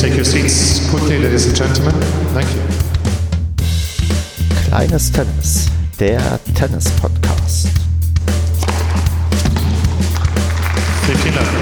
take your seats quickly, ladies and gentlemen. Thank you. Kleines Tennis, der Tennis-Podcast. Vielen Dank.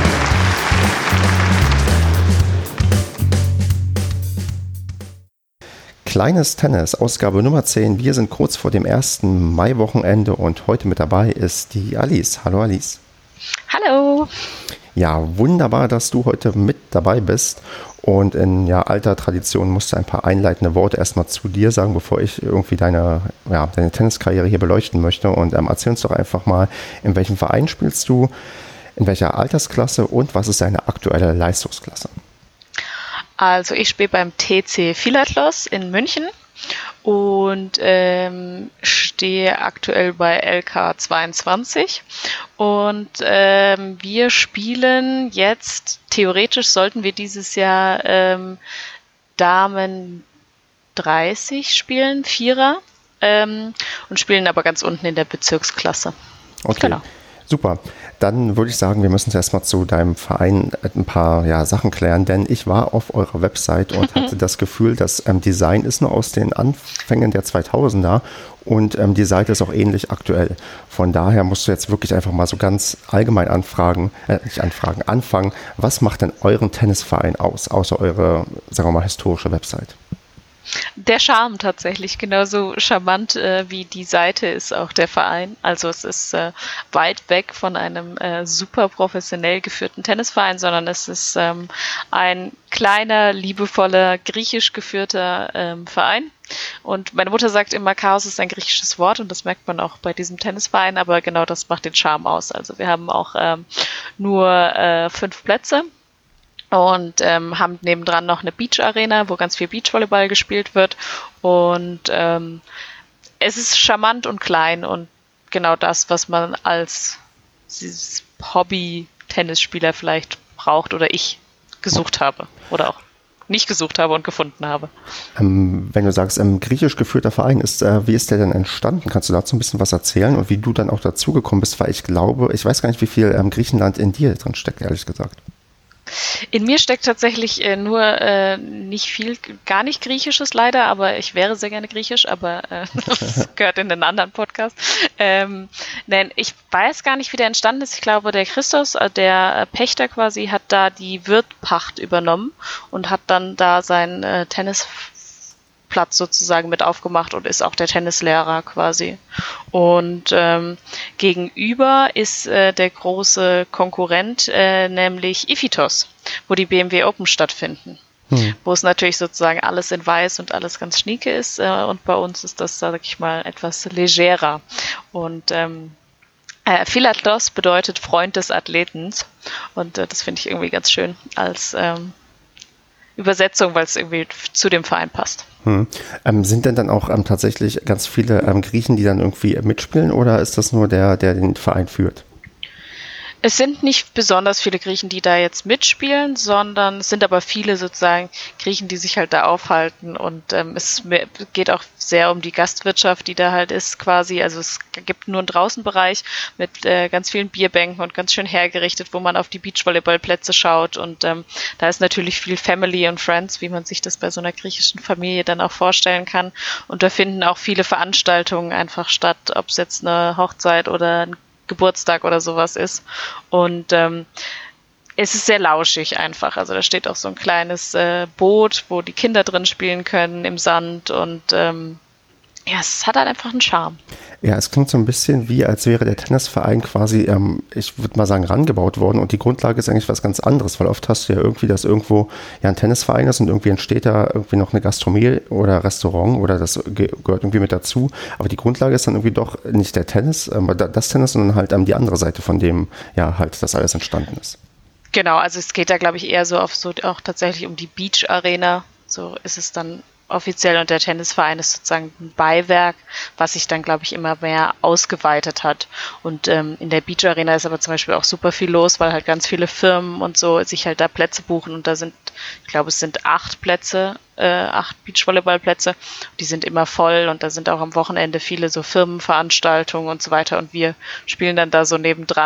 Kleines Tennis, Ausgabe Nummer 10. Wir sind kurz vor dem ersten Maiwochenende und heute mit dabei ist die Alice. Hallo Alice. Hallo. Ja, wunderbar, dass du heute mit dabei bist. Und in alter Tradition musst du ein paar einleitende Worte erstmal zu dir sagen, bevor ich irgendwie deine Tenniskarriere hier beleuchten möchte. Und erzähl uns doch einfach mal, in welchem Verein spielst du, in welcher Altersklasse und was ist deine aktuelle Leistungsklasse? Also ich spiele beim TC Philatlos in München und stehe aktuell bei LK 22 und wir spielen jetzt, theoretisch sollten wir dieses Jahr Damen 30 spielen, Vierer, und spielen aber ganz unten in der Bezirksklasse. Okay, genau. Super. Dann würde ich sagen, wir müssen erstmal zu deinem Verein ein paar Sachen klären, denn ich war auf eurer Website und hatte das Gefühl, das Design ist nur aus den Anfängen der 2000er und die Seite ist auch ähnlich aktuell. Von daher musst du jetzt wirklich einfach mal so ganz allgemein anfangen. Was macht denn euren Tennisverein aus, außer eure, sagen wir mal, historische Website? Der Charme tatsächlich, genauso charmant wie die Seite ist auch der Verein. Also es ist weit weg von einem super professionell geführten Tennisverein, sondern es ist ein kleiner, liebevoller, griechisch geführter Verein. Und meine Mutter sagt immer, Chaos ist ein griechisches Wort und das merkt man auch bei diesem Tennisverein, aber genau das macht den Charme aus. Also wir haben auch nur 5 Plätze. Und haben nebendran noch eine Beach-Arena, wo ganz viel Beachvolleyball gespielt wird. Und es ist charmant und klein und genau das, was man als Hobby-Tennisspieler vielleicht braucht oder ich gesucht habe oder auch nicht gesucht habe und gefunden habe. Wenn du sagst, griechisch geführter Verein ist, wie ist der denn entstanden? Kannst du dazu ein bisschen was erzählen und wie du dann auch dazugekommen bist? Weil ich glaube, ich weiß gar nicht, wie viel Griechenland in dir drin steckt, ehrlich gesagt. In mir steckt tatsächlich nur nicht viel, gar nicht Griechisches leider, aber ich wäre sehr gerne Griechisch, aber das gehört in den anderen Podcast. Nein, ich weiß gar nicht, wie der entstanden ist. Ich glaube, der Christos, der Pächter quasi, hat da die Wirtpacht übernommen und hat dann da seinen Tennisplatz sozusagen mit aufgemacht und ist auch der Tennislehrer quasi. Und gegenüber ist der große Konkurrent, nämlich Iphitos, wo die BMW Open stattfinden. Wo es natürlich sozusagen alles in weiß und alles ganz schnieke ist. Und bei uns ist das, sage ich mal, etwas legerer. Und Philatlos bedeutet Freund des Athletens. Und das finde ich irgendwie ganz schön als Übersetzung, weil es irgendwie zu dem Verein passt. Sind denn dann auch tatsächlich ganz viele Griechen, die dann irgendwie mitspielen oder ist das nur der den Verein führt? Es sind nicht besonders viele Griechen, die da jetzt mitspielen, sondern es sind aber viele sozusagen Griechen, die sich halt da aufhalten und es geht auch sehr um die Gastwirtschaft, die da halt ist quasi. Also es gibt nur einen Draußenbereich mit ganz vielen Bierbänken und ganz schön hergerichtet, wo man auf die Beachvolleyballplätze schaut und da ist natürlich viel Family und Friends, wie man sich das bei so einer griechischen Familie dann auch vorstellen kann und da finden auch viele Veranstaltungen einfach statt, ob es jetzt eine Hochzeit oder ein Geburtstag oder sowas ist. Und es ist sehr lauschig einfach. Also da steht auch so ein kleines Boot, wo die Kinder drin spielen können im Sand und es hat halt einfach einen Charme. Ja, es klingt so ein bisschen wie, als wäre der Tennisverein quasi, ich würde mal sagen, rangebaut worden und die Grundlage ist eigentlich was ganz anderes, weil oft hast du ja irgendwie, dass irgendwo ein Tennisverein ist und irgendwie entsteht da irgendwie noch eine Gastronomie oder Restaurant oder das gehört irgendwie mit dazu, aber die Grundlage ist dann irgendwie doch nicht der Tennis, das Tennis, sondern halt die andere Seite, von dem halt das alles entstanden ist. Genau, also es geht da, glaube ich, eher so auch tatsächlich um die Beach Arena, so ist es dann offiziell und der Tennisverein ist sozusagen ein Beiwerk, was sich dann, glaube ich, immer mehr ausgeweitet hat. Und in der Beach Arena ist aber zum Beispiel auch super viel los, weil halt ganz viele Firmen und so sich halt da Plätze buchen und da sind, ich glaube, es sind 8 Plätze, 8 Beachvolleyballplätze. Die sind immer voll und da sind auch am Wochenende viele so Firmenveranstaltungen und so weiter und wir spielen dann da so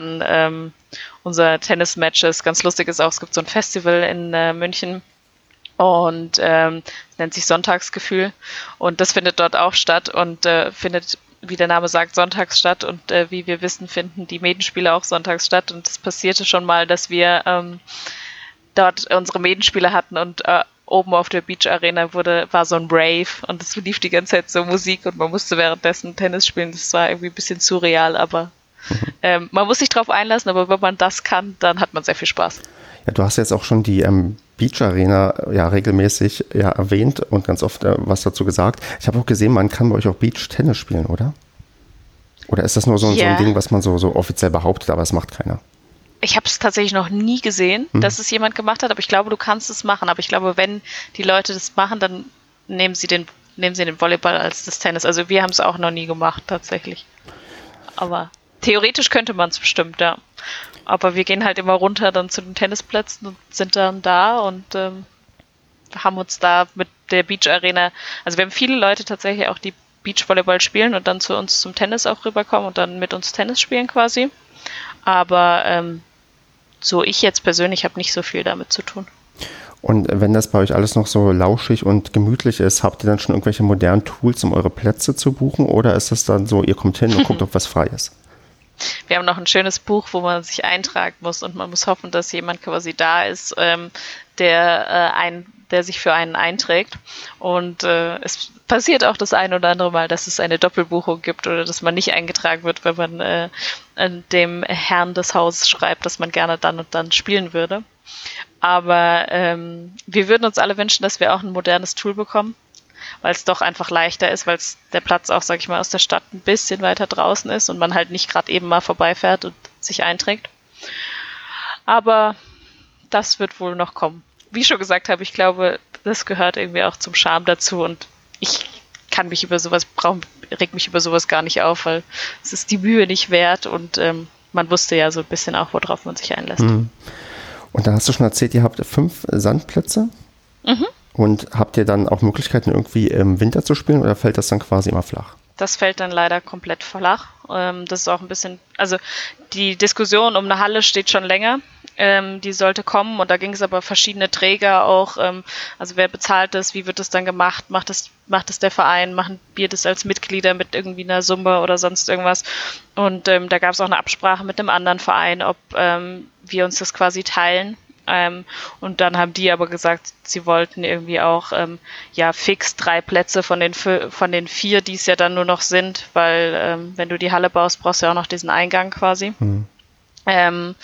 nebendran unser Tennismatches. Ganz lustig ist auch, es gibt so ein Festival in München, Und nennt sich Sonntagsgefühl. Und das findet dort auch statt und findet, wie der Name sagt, sonntags statt. Und wie wir wissen, finden die Medenspiele auch sonntags statt. Und es passierte schon mal, dass wir dort unsere Medenspiele hatten und oben auf der Beach Arena war so ein Rave und es lief die ganze Zeit so Musik und man musste währenddessen Tennis spielen. Das war irgendwie ein bisschen surreal, aber man muss sich drauf einlassen, aber wenn man das kann, dann hat man sehr viel Spaß. Ja, du hast jetzt auch schon die Beach Arena ja regelmäßig erwähnt und ganz oft was dazu gesagt. Ich habe auch gesehen, man kann bei euch auch Beach Tennis spielen, oder? Oder ist das nur so ein Ding, was man so offiziell behauptet, aber es macht keiner? Ich habe es tatsächlich noch nie gesehen, dass es jemand gemacht hat, aber ich glaube, du kannst es machen. Aber ich glaube, wenn die Leute das machen, dann nehmen sie den Volleyball als das Tennis. Also wir haben es auch noch nie gemacht, tatsächlich. Aber theoretisch könnte man es bestimmt, ja. Aber wir gehen halt immer runter dann zu den Tennisplätzen und sind dann da und haben uns da mit der Beach Arena, also wir haben viele Leute tatsächlich auch, die Beachvolleyball spielen und dann zu uns zum Tennis auch rüberkommen und dann mit uns Tennis spielen quasi. Aber so ich jetzt persönlich habe nicht so viel damit zu tun. Und wenn das bei euch alles noch so lauschig und gemütlich ist, habt ihr dann schon irgendwelche modernen Tools, um eure Plätze zu buchen? Oder ist es dann so, ihr kommt hin und guckt, ob was frei ist? Wir haben noch ein schönes Buch, wo man sich eintragen muss und man muss hoffen, dass jemand quasi da ist, der sich für einen einträgt. Und es passiert auch das ein oder andere Mal, dass es eine Doppelbuchung gibt oder dass man nicht eingetragen wird, wenn man dem Herrn des Hauses schreibt, dass man gerne dann und dann spielen würde. Aber wir würden uns alle wünschen, dass wir auch ein modernes Tool bekommen, weil es doch einfach leichter ist, weil der Platz auch, sag ich mal, aus der Stadt ein bisschen weiter draußen ist und man halt nicht gerade eben mal vorbeifährt und sich einträgt. Aber das wird wohl noch kommen. Wie ich schon gesagt habe, ich glaube, das gehört irgendwie auch zum Charme dazu und ich kann mich reg mich über sowas gar nicht auf, weil es ist die Mühe nicht wert und man wusste ja so ein bisschen auch, worauf man sich einlässt. Mhm. Und da hast du schon erzählt, ihr habt 5 Sandplätze. Mhm. Und habt ihr dann auch Möglichkeiten, irgendwie im Winter zu spielen oder fällt das dann quasi immer flach? Das fällt dann leider komplett flach. Das ist auch ein bisschen, also die Diskussion um eine Halle steht schon länger. Die sollte kommen und da ging es aber verschiedene Träger auch. Also wer bezahlt das, wie wird das dann gemacht? Macht das der Verein? Machen wir das als Mitglieder mit irgendwie einer Summe oder sonst irgendwas? Und da gab es auch eine Absprache mit einem anderen Verein, ob wir uns das quasi teilen. Und dann haben die aber gesagt, sie wollten irgendwie auch fix 3 Plätze von den 4, die es ja dann nur noch sind, weil wenn du die Halle baust, brauchst du ja auch noch diesen Eingang quasi. Mhm.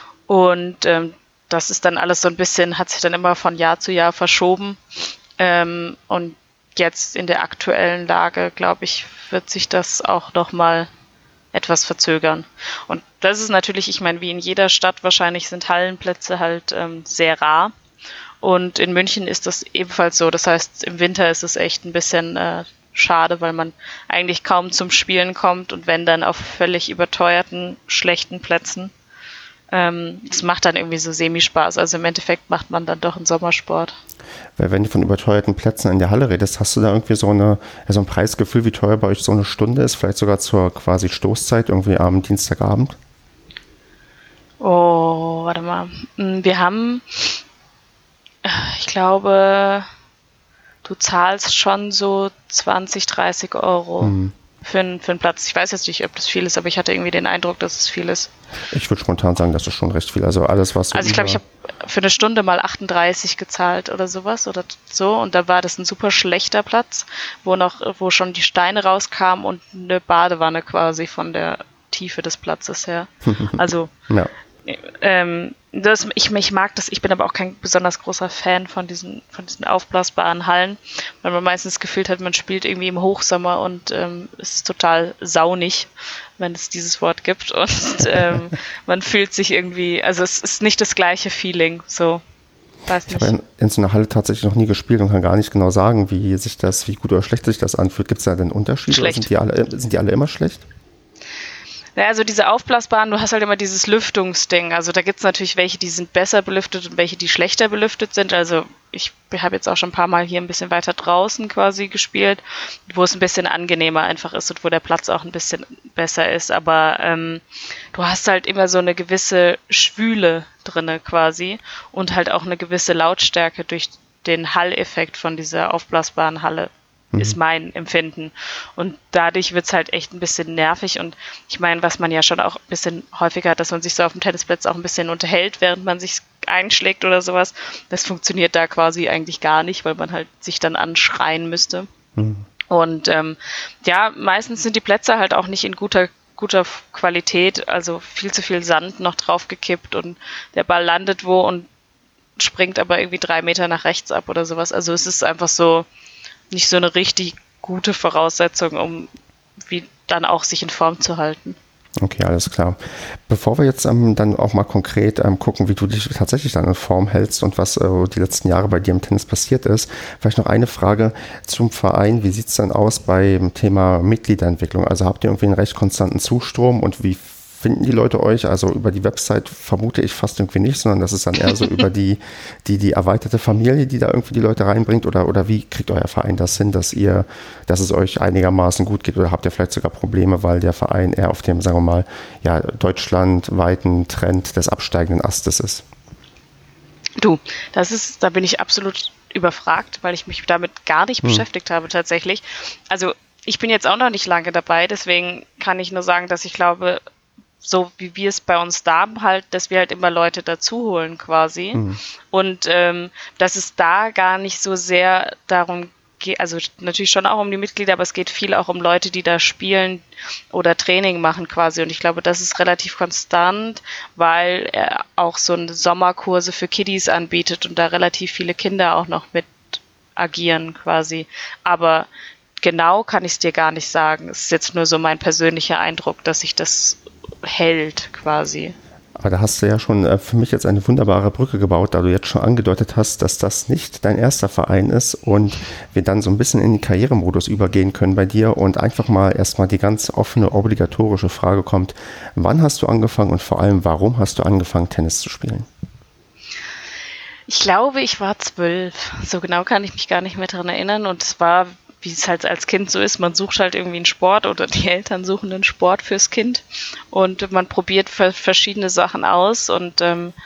Das ist dann alles so ein bisschen, hat sich dann immer von Jahr zu Jahr verschoben. Und jetzt in der aktuellen Lage, glaube ich, wird sich das auch nochmal etwas verzögern. Und das ist natürlich, ich meine, wie in jeder Stadt wahrscheinlich sind Hallenplätze halt sehr rar. Und in München ist das ebenfalls so. Das heißt, im Winter ist es echt ein bisschen schade, weil man eigentlich kaum zum Spielen kommt und wenn dann auf völlig überteuerten, schlechten Plätzen. Das macht dann irgendwie so semi-Spaß. Also im Endeffekt macht man dann doch einen Sommersport. Weil wenn du von überteuerten Plätzen in der Halle redest, hast du da irgendwie so ein Preisgefühl, wie teuer bei euch so eine Stunde ist? Vielleicht sogar zur quasi Stoßzeit, irgendwie am Dienstagabend? Oh, warte mal. Wir haben, ich glaube, du zahlst schon so 20, 30 Euro für einen Platz. Ich weiß jetzt nicht, ob das viel ist, aber ich hatte irgendwie den Eindruck, dass es viel ist. Ich würde spontan sagen, das ist schon recht viel. Also alles, was so ich glaube, ich habe für eine Stunde mal 38 gezahlt oder sowas oder so. Und da war das ein super schlechter Platz, wo schon die Steine rauskamen und eine Badewanne quasi von der Tiefe des Platzes her. Also ja. Ich mag das, ich bin aber auch kein besonders großer Fan von diesen aufblasbaren Hallen, weil man meistens gefühlt hat, man spielt irgendwie im Hochsommer und es ist total saunig, wenn es dieses Wort gibt und man fühlt sich irgendwie, also es ist nicht das gleiche Feeling, so, weiß nicht. Ich habe in so einer Halle tatsächlich noch nie gespielt und kann gar nicht genau sagen, wie gut oder schlecht sich das anfühlt. Gibt es da denn Unterschiede? Schlecht. Oder sind die alle immer schlecht? Ja, also diese aufblasbaren, du hast halt immer dieses Lüftungsding. Also da gibt's natürlich welche, die sind besser belüftet und welche, die schlechter belüftet sind. Also ich habe jetzt auch schon ein paar Mal hier ein bisschen weiter draußen quasi gespielt, wo es ein bisschen angenehmer einfach ist und wo der Platz auch ein bisschen besser ist. Aber du hast halt immer so eine gewisse Schwüle drinne quasi und halt auch eine gewisse Lautstärke durch den Hall-Effekt von dieser aufblasbaren Halle. Ist mein Empfinden. Und dadurch wird es halt echt ein bisschen nervig. Und ich meine, was man ja schon auch ein bisschen häufiger hat, dass man sich so auf dem Tennisplatz auch ein bisschen unterhält, während man sich einschlägt oder sowas. Das funktioniert da quasi eigentlich gar nicht, weil man halt sich dann anschreien müsste. Und meistens sind die Plätze halt auch nicht in guter Qualität, also viel zu viel Sand noch draufgekippt und der Ball landet wo und springt aber irgendwie 3 Meter nach rechts ab oder sowas. Also es ist einfach so nicht so eine richtig gute Voraussetzung, um wie dann auch sich in Form zu halten. Okay, alles klar. Bevor wir jetzt dann auch mal konkret gucken, wie du dich tatsächlich dann in Form hältst und was die letzten Jahre bei dir im Tennis passiert ist, vielleicht noch eine Frage zum Verein. Wie sieht es denn aus beim Thema Mitgliederentwicklung? Also habt ihr irgendwie einen recht konstanten Zustrom und wie finden die Leute euch? Also über die Website vermute ich fast irgendwie nicht, sondern das ist dann eher so über die erweiterte Familie, die da irgendwie die Leute reinbringt, oder wie kriegt euer Verein das hin, dass es euch einigermaßen gut geht, oder habt ihr vielleicht sogar Probleme, weil der Verein eher auf dem, sagen wir mal, ja, deutschlandweiten Trend des absteigenden Astes ist? Da bin ich absolut überfragt, weil ich mich damit gar nicht beschäftigt habe tatsächlich. Also ich bin jetzt auch noch nicht lange dabei, deswegen kann ich nur sagen, dass ich glaube, so wie wir es bei uns da haben, halt, dass wir halt immer Leute dazu holen quasi. Und dass es da gar nicht so sehr darum geht, also natürlich schon auch um die Mitglieder, aber es geht viel auch um Leute, die da spielen oder Training machen quasi. Und ich glaube, das ist relativ konstant, weil er auch so eine Sommerkurse für Kiddies anbietet und da relativ viele Kinder auch noch mit agieren quasi. Aber genau kann ich es dir gar nicht sagen. Es ist jetzt nur so mein persönlicher Eindruck, dass sich das hält quasi. Aber da hast du ja schon für mich jetzt eine wunderbare Brücke gebaut, da du jetzt schon angedeutet hast, dass das nicht dein erster Verein ist und wir dann so ein bisschen in den Karrieremodus übergehen können bei dir und einfach mal erstmal die ganz offene, obligatorische Frage kommt: Wann hast du angefangen und vor allem, warum hast du angefangen, Tennis zu spielen? Ich glaube, ich war 12. So genau kann ich mich gar nicht mehr daran erinnern. Und es war, wie es halt als Kind so ist, man sucht halt irgendwie einen Sport oder die Eltern suchen einen Sport fürs Kind und man probiert verschiedene Sachen aus und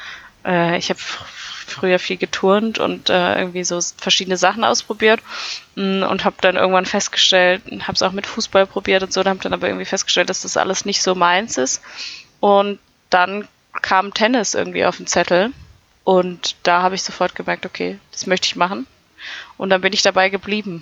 ich habe früher viel geturnt und irgendwie so verschiedene Sachen ausprobiert und habe dann irgendwann festgestellt, habe es auch mit Fußball probiert und so, habe dann aber irgendwie festgestellt, dass das alles nicht so meins ist und dann kam Tennis irgendwie auf den Zettel und da habe ich sofort gemerkt, okay, das möchte ich machen und dann bin ich dabei geblieben.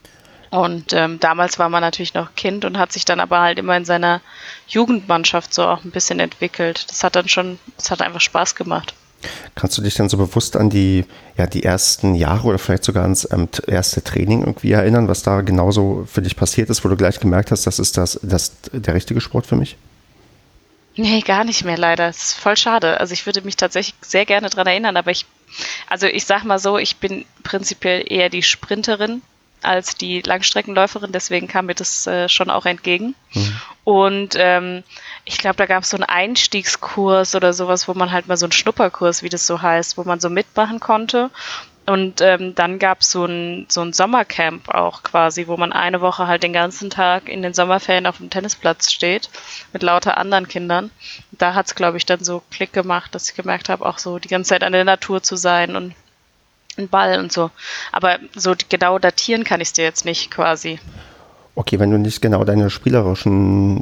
Und damals war man natürlich noch Kind und hat sich dann aber halt immer in seiner Jugendmannschaft so auch ein bisschen entwickelt. Das hat einfach Spaß gemacht. Kannst du dich dann so bewusst an die ersten Jahre oder vielleicht sogar ans erste Training irgendwie erinnern, was da genauso für dich passiert ist, wo du gleich gemerkt hast, das ist der richtige Sport für mich? Nee, gar nicht mehr leider. Das ist voll schade. Also ich würde mich tatsächlich sehr gerne dran erinnern, aber ich sag mal so, ich bin prinzipiell eher die Sprinterin als die Langstreckenläuferin, deswegen kam mir das schon auch entgegen. Und ich glaube, da gab es so einen Einstiegskurs oder sowas, wo man halt mal so einen Schnupperkurs, wie das so heißt, wo man so mitmachen konnte. Und dann gab es so ein Sommercamp auch quasi, wo man eine Woche halt den ganzen Tag in den Sommerferien auf dem Tennisplatz steht, mit lauter anderen Kindern. Da hat es, glaube ich, dann so Klick gemacht, dass ich gemerkt habe, auch so die ganze Zeit an der Natur zu sein und ein Ball und so. Aber so genau datieren kann ich es dir jetzt nicht quasi. Okay, wenn du nicht genau deinen spielerischen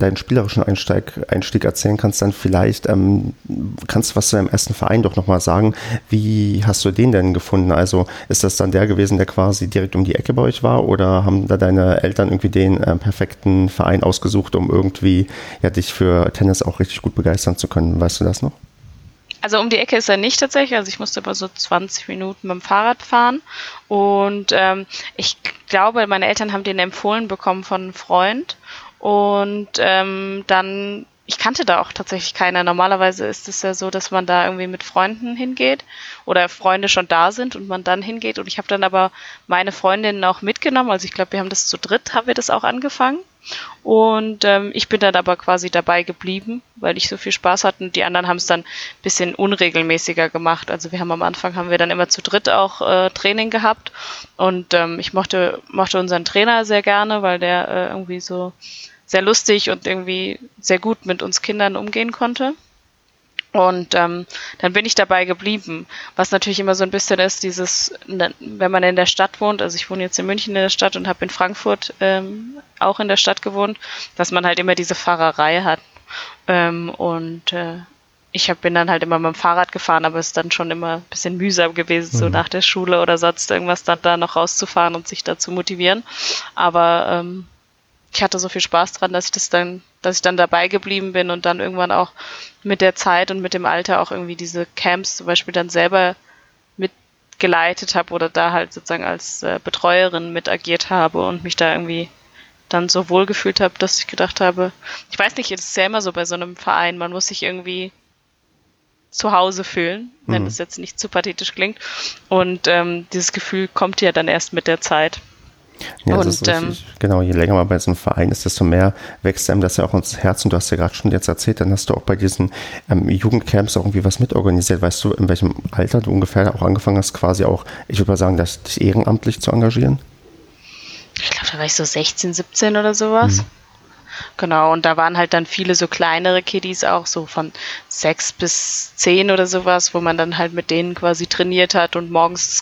Einstieg erzählen kannst, dann vielleicht kannst du was zu deinem ersten Verein doch nochmal sagen. Wie hast du den denn gefunden? Also ist das dann der gewesen, der quasi direkt um die Ecke bei euch war, oder haben da deine Eltern irgendwie den perfekten Verein ausgesucht, um irgendwie dich für Tennis auch richtig gut begeistern zu können? Weißt du das noch? Also um die Ecke ist er nicht tatsächlich, also ich musste aber so 20 Minuten mit dem Fahrrad fahren und ich glaube, meine Eltern haben den empfohlen bekommen von einem Freund und dann, ich kannte da auch tatsächlich keiner. Normalerweise ist es ja so, dass man da irgendwie mit Freunden hingeht oder Freunde schon da sind und man dann hingeht und ich habe dann aber meine Freundinnen auch mitgenommen, also ich glaube, wir haben das zu dritt, haben wir das auch angefangen. Und ich bin dann aber quasi dabei geblieben, weil ich so viel Spaß hatte und die anderen haben es dann ein bisschen unregelmäßiger gemacht. Also am Anfang haben wir dann immer zu dritt auch Training gehabt und ich mochte unseren Trainer sehr gerne, weil der irgendwie so sehr lustig und irgendwie sehr gut mit uns Kindern umgehen konnte. Und dann bin ich dabei geblieben, was natürlich immer so ein bisschen ist, wenn man in der Stadt wohnt, also ich wohne jetzt in München in der Stadt und habe in Frankfurt auch in der Stadt gewohnt, dass man halt immer diese Fahrerei hat. Bin dann halt immer mit dem Fahrrad gefahren, aber es ist dann schon immer ein bisschen mühsam gewesen, so nach der Schule oder sonst irgendwas dann da noch rauszufahren und sich da zu motivieren. Aber ich hatte so viel Spaß dran, dass ich dann dabei geblieben bin und dann irgendwann auch mit der Zeit und mit dem Alter auch irgendwie diese Camps zum Beispiel dann selber mitgeleitet habe oder da halt sozusagen als Betreuerin mit agiert habe und mich da irgendwie dann so wohl gefühlt habe, dass ich gedacht habe, ich weiß nicht, es ist ja immer so bei so einem Verein, man muss sich irgendwie zu Hause fühlen, wenn es jetzt nicht zu pathetisch klingt. Und dieses Gefühl kommt ja dann erst mit der Zeit. Ja, das ist richtig. Genau, je länger man bei so einem Verein ist, desto mehr wächst einem das ja auch ins Herz. Und du hast ja gerade schon jetzt erzählt, dann hast du auch bei diesen Jugendcamps auch irgendwie was mitorganisiert. Weißt du, in welchem Alter du ungefähr auch angefangen hast, quasi auch, ich würde mal sagen, dich ehrenamtlich zu engagieren? Ich glaube, da war ich so 16, 17 oder sowas. Genau, und da waren halt dann viele so kleinere Kiddies auch, so von 6 bis 10 oder sowas, wo man dann halt mit denen quasi trainiert hat und morgens,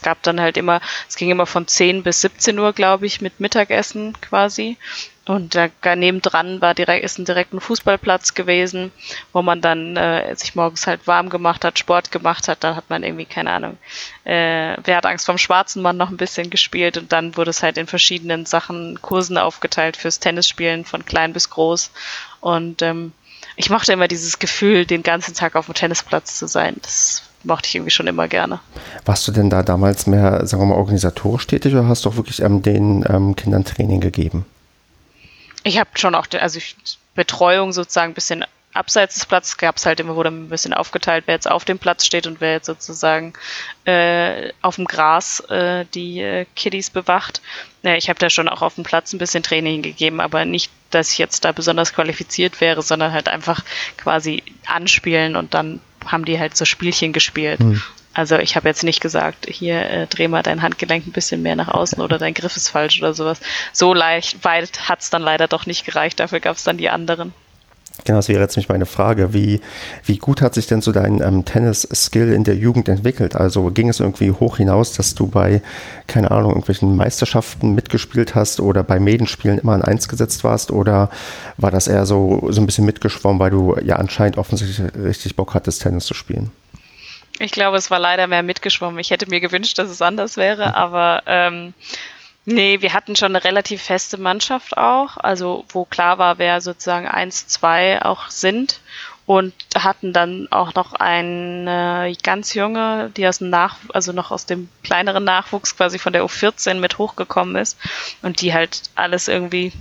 es ging immer von 10 bis 17 Uhr, glaube ich, mit Mittagessen quasi. Und da nebendran ist ein Fußballplatz gewesen, wo man dann sich morgens halt warm gemacht hat, Sport gemacht hat. Dann hat man irgendwie, keine Ahnung, Wer hat Angst vom schwarzen Mann noch ein bisschen gespielt. Und dann wurde es halt in verschiedenen Kursen aufgeteilt fürs Tennisspielen von klein bis groß. Und ich mochte immer dieses Gefühl, den ganzen Tag auf dem Tennisplatz zu sein. Das mochte ich irgendwie schon immer gerne. Warst du denn da damals mehr, sagen wir mal, organisatorisch tätig oder hast du auch wirklich den Kindern Training gegeben? Ich habe schon auch, Betreuung sozusagen ein bisschen abseits des Platzes gab es halt immer, wurde ein bisschen aufgeteilt, wer jetzt auf dem Platz steht und wer jetzt sozusagen auf dem Gras die Kiddies bewacht. Ich habe da schon auch auf dem Platz ein bisschen Training gegeben, aber nicht, dass ich jetzt da besonders qualifiziert wäre, sondern halt einfach quasi anspielen und dann haben die halt so Spielchen gespielt. Also ich habe jetzt nicht gesagt, hier dreh mal dein Handgelenk ein bisschen mehr nach außen oder dein Griff ist falsch oder sowas. So weit hat es dann leider doch nicht gereicht, dafür gab es dann die anderen. Genau, das wäre jetzt nämlich meine Frage. Wie gut hat sich denn so dein Tennis-Skill in der Jugend entwickelt? Also ging es irgendwie hoch hinaus, dass du bei, keine Ahnung, irgendwelchen Meisterschaften mitgespielt hast oder bei Medenspielen immer an 1 gesetzt warst? Oder war das eher so ein bisschen mitgeschwommen, weil du ja anscheinend offensichtlich richtig Bock hattest, Tennis zu spielen? Ich glaube, es war leider mehr mitgeschwommen. Ich hätte mir gewünscht, dass es anders wäre, aber nee, wir hatten schon eine relativ feste Mannschaft auch, also wo klar war, wer sozusagen 1, 2 auch sind und hatten dann auch noch eine ganz junge, die noch aus dem kleineren Nachwuchs quasi von der U14 mit hochgekommen ist und die halt alles irgendwie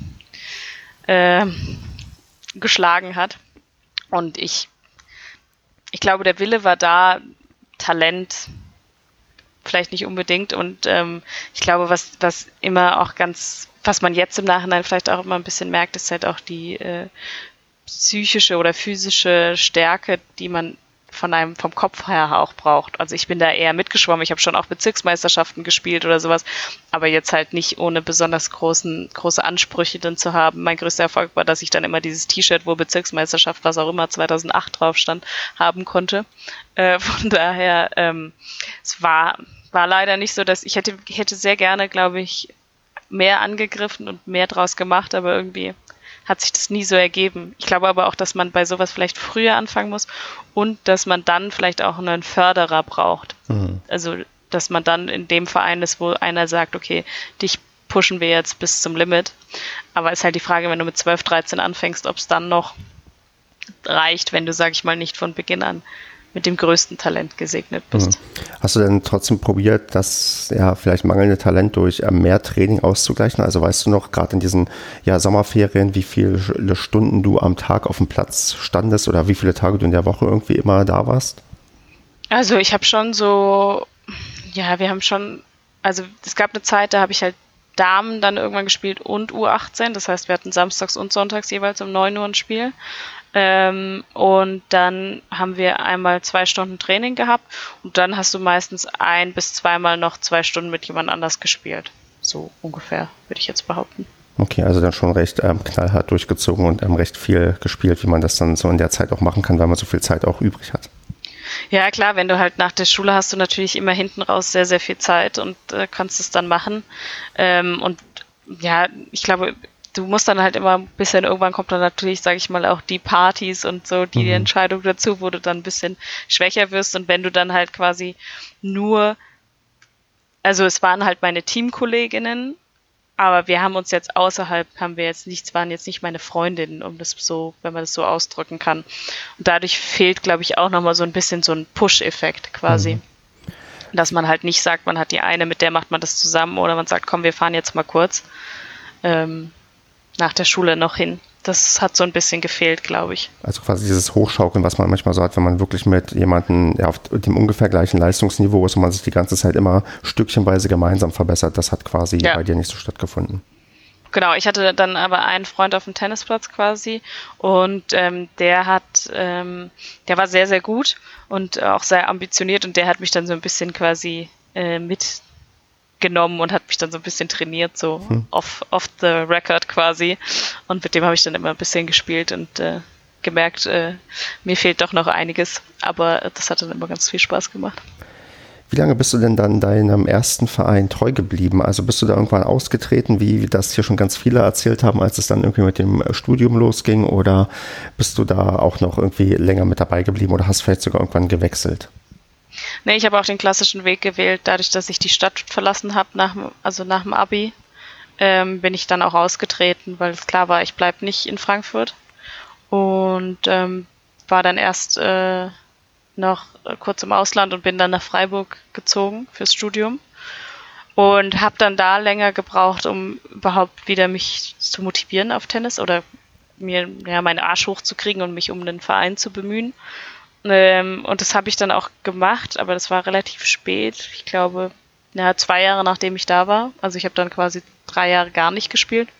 geschlagen hat. Und ich glaube, der Wille war da, Talent vielleicht nicht unbedingt und ich glaube, was immer auch was man jetzt im Nachhinein vielleicht auch immer ein bisschen merkt, ist halt auch die psychische oder physische Stärke, die man vom Kopf her auch braucht. Also ich bin da eher mitgeschwommen, ich habe schon auch Bezirksmeisterschaften gespielt oder sowas, aber jetzt halt nicht ohne besonders große Ansprüche dann zu haben. Mein größter Erfolg war, dass ich dann immer dieses T-Shirt, wo Bezirksmeisterschaft, was auch immer, 2008 drauf stand, haben konnte. Von daher, es war leider nicht so, dass ich hätte sehr gerne, glaube ich, mehr angegriffen und mehr draus gemacht, aber irgendwie hat sich das nie so ergeben. Ich glaube aber auch, dass man bei sowas vielleicht früher anfangen muss und dass man dann vielleicht auch einen Förderer braucht. Also, dass man dann in dem Verein ist, wo einer sagt, okay, dich pushen wir jetzt bis zum Limit. Aber ist halt die Frage, wenn du mit 12, 13 anfängst, ob es dann noch reicht, wenn du, sag ich mal, nicht von Beginn an mit dem größten Talent gesegnet bist. Hast du denn trotzdem probiert, das vielleicht mangelnde Talent durch mehr Training auszugleichen? Also weißt du noch, gerade in diesen Sommerferien, wie viele Stunden du am Tag auf dem Platz standest oder wie viele Tage du in der Woche irgendwie immer da warst? Also ich habe schon es gab eine Zeit, da habe ich halt Damen dann irgendwann gespielt und U18, das heißt, wir hatten samstags und sonntags jeweils um 9 Uhr ein Spiel. Und dann haben wir einmal 2 Stunden Training gehabt und dann hast du meistens 1 bis 2 Mal noch 2 Stunden mit jemand anders gespielt. So ungefähr, würde ich jetzt behaupten. Okay, also dann schon recht knallhart durchgezogen und recht viel gespielt, wie man das dann so in der Zeit auch machen kann, weil man so viel Zeit auch übrig hat. Ja, klar, wenn du halt nach der Schule hast du natürlich immer hinten raus sehr, sehr viel Zeit und kannst es dann machen. Und ja, ich glaube, du musst dann halt immer ein bisschen, irgendwann kommt dann natürlich, sage ich mal, auch die Partys und so, die Entscheidung dazu, wo du dann ein bisschen schwächer wirst. Und wenn du dann halt quasi also es waren halt meine Teamkolleginnen, aber wir haben uns jetzt außerhalb, waren jetzt nicht meine Freundinnen, um das so, wenn man das so ausdrücken kann. Und dadurch fehlt, glaube ich, auch nochmal so ein bisschen so ein Push-Effekt quasi. Dass man halt nicht sagt, man hat die eine, mit der macht man das zusammen, oder man sagt, komm, wir fahren jetzt mal kurz nach der Schule noch hin. Das hat so ein bisschen gefehlt, glaube ich. Also quasi dieses Hochschaukeln, was man manchmal so hat, wenn man wirklich mit jemandem auf dem ungefähr gleichen Leistungsniveau ist und man sich die ganze Zeit immer stückchenweise gemeinsam verbessert, das hat quasi bei dir nicht so stattgefunden. Genau, ich hatte dann aber einen Freund auf dem Tennisplatz quasi und der war sehr, sehr gut und auch sehr ambitioniert und der hat mich dann so ein bisschen quasi mitgenommen und hat mich dann so ein bisschen trainiert, so off the record quasi. Und mit dem habe ich dann immer ein bisschen gespielt und gemerkt, mir fehlt doch noch einiges. Aber das hat dann immer ganz viel Spaß gemacht. Wie lange bist du denn dann deinem ersten Verein treu geblieben? Also bist du da irgendwann ausgetreten, wie das hier schon ganz viele erzählt haben, als es dann irgendwie mit dem Studium losging? Oder bist du da auch noch irgendwie länger mit dabei geblieben oder hast vielleicht sogar irgendwann gewechselt? Nee, ich habe auch den klassischen Weg gewählt. Dadurch, dass ich die Stadt verlassen habe, nach dem Abi, bin ich dann auch ausgetreten, weil es klar war, ich bleibe nicht in Frankfurt. Und war dann erst noch kurz im Ausland und bin dann nach Freiburg gezogen fürs Studium. Und habe dann da länger gebraucht, um überhaupt wieder mich zu motivieren auf Tennis oder mir meinen Arsch hochzukriegen und mich um den Verein zu bemühen. Und das habe ich dann auch gemacht, aber das war relativ spät. Ich glaube, 2 Jahre nachdem ich da war. Also ich habe dann quasi 3 Jahre gar nicht gespielt.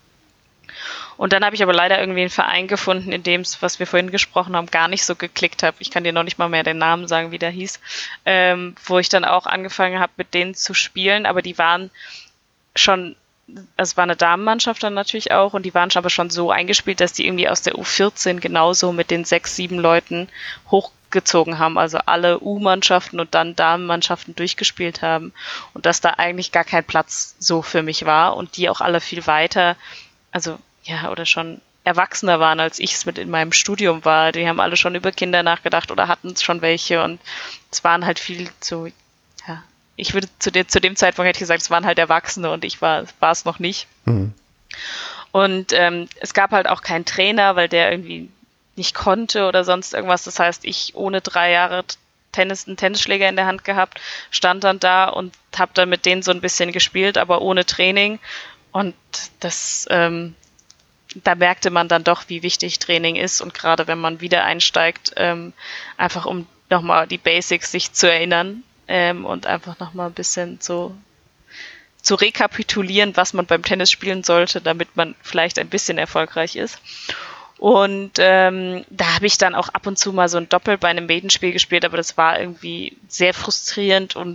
Und dann habe ich aber leider irgendwie einen Verein gefunden, in dem es, was wir vorhin gesprochen haben, gar nicht so geklickt hat. Ich kann dir noch nicht mal mehr den Namen sagen, wie der hieß. Wo ich dann auch angefangen habe, mit denen zu spielen. Aber die waren schon, es war eine Damenmannschaft dann natürlich auch, und die waren aber schon so eingespielt, dass die irgendwie aus der U14 genauso mit den 6, 7 Leuten hochgezogen haben, also alle U-Mannschaften und dann Damenmannschaften durchgespielt haben und dass da eigentlich gar kein Platz so für mich war und die auch alle viel weiter, also oder schon erwachsener waren, als ich es mit in meinem Studium war. Die haben alle schon über Kinder nachgedacht oder hatten schon welche und es waren halt viel so, ich würde zu dem Zeitpunkt hätte ich gesagt, es waren halt Erwachsene und ich war es noch nicht. Und es gab halt auch keinen Trainer, weil der irgendwie nicht konnte oder sonst irgendwas. Das heißt, ich ohne 3 Jahre einen Tennisschläger in der Hand gehabt, stand dann da und habe dann mit denen so ein bisschen gespielt, aber ohne Training. Und das, da merkte man dann doch, wie wichtig Training ist. Und gerade wenn man wieder einsteigt, einfach um nochmal die Basics sich zu erinnern, und einfach nochmal ein bisschen zu rekapitulieren, was man beim Tennis spielen sollte, damit man vielleicht ein bisschen erfolgreich ist. Und da habe ich dann auch ab und zu mal so ein Doppel bei einem Maidenspiel gespielt, aber das war irgendwie sehr frustrierend und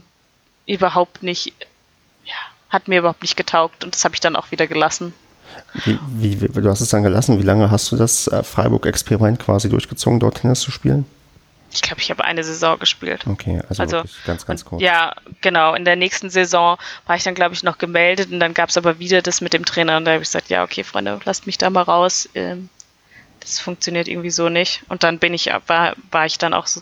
hat mir überhaupt nicht getaugt und das habe ich dann auch wieder gelassen. Du hast es dann gelassen. Wie lange hast du das Freiburg-Experiment quasi durchgezogen, dort Tennis zu spielen? Ich glaube, ich habe eine Saison gespielt. Okay, also wirklich ganz, ganz kurz. Ja, genau. In der nächsten Saison war ich dann, glaube ich, noch gemeldet und dann gab es aber wieder das mit dem Trainer und da habe ich gesagt, ja, okay, Freunde, lasst mich da mal raus. Das funktioniert irgendwie so nicht. Und dann war ich dann auch so,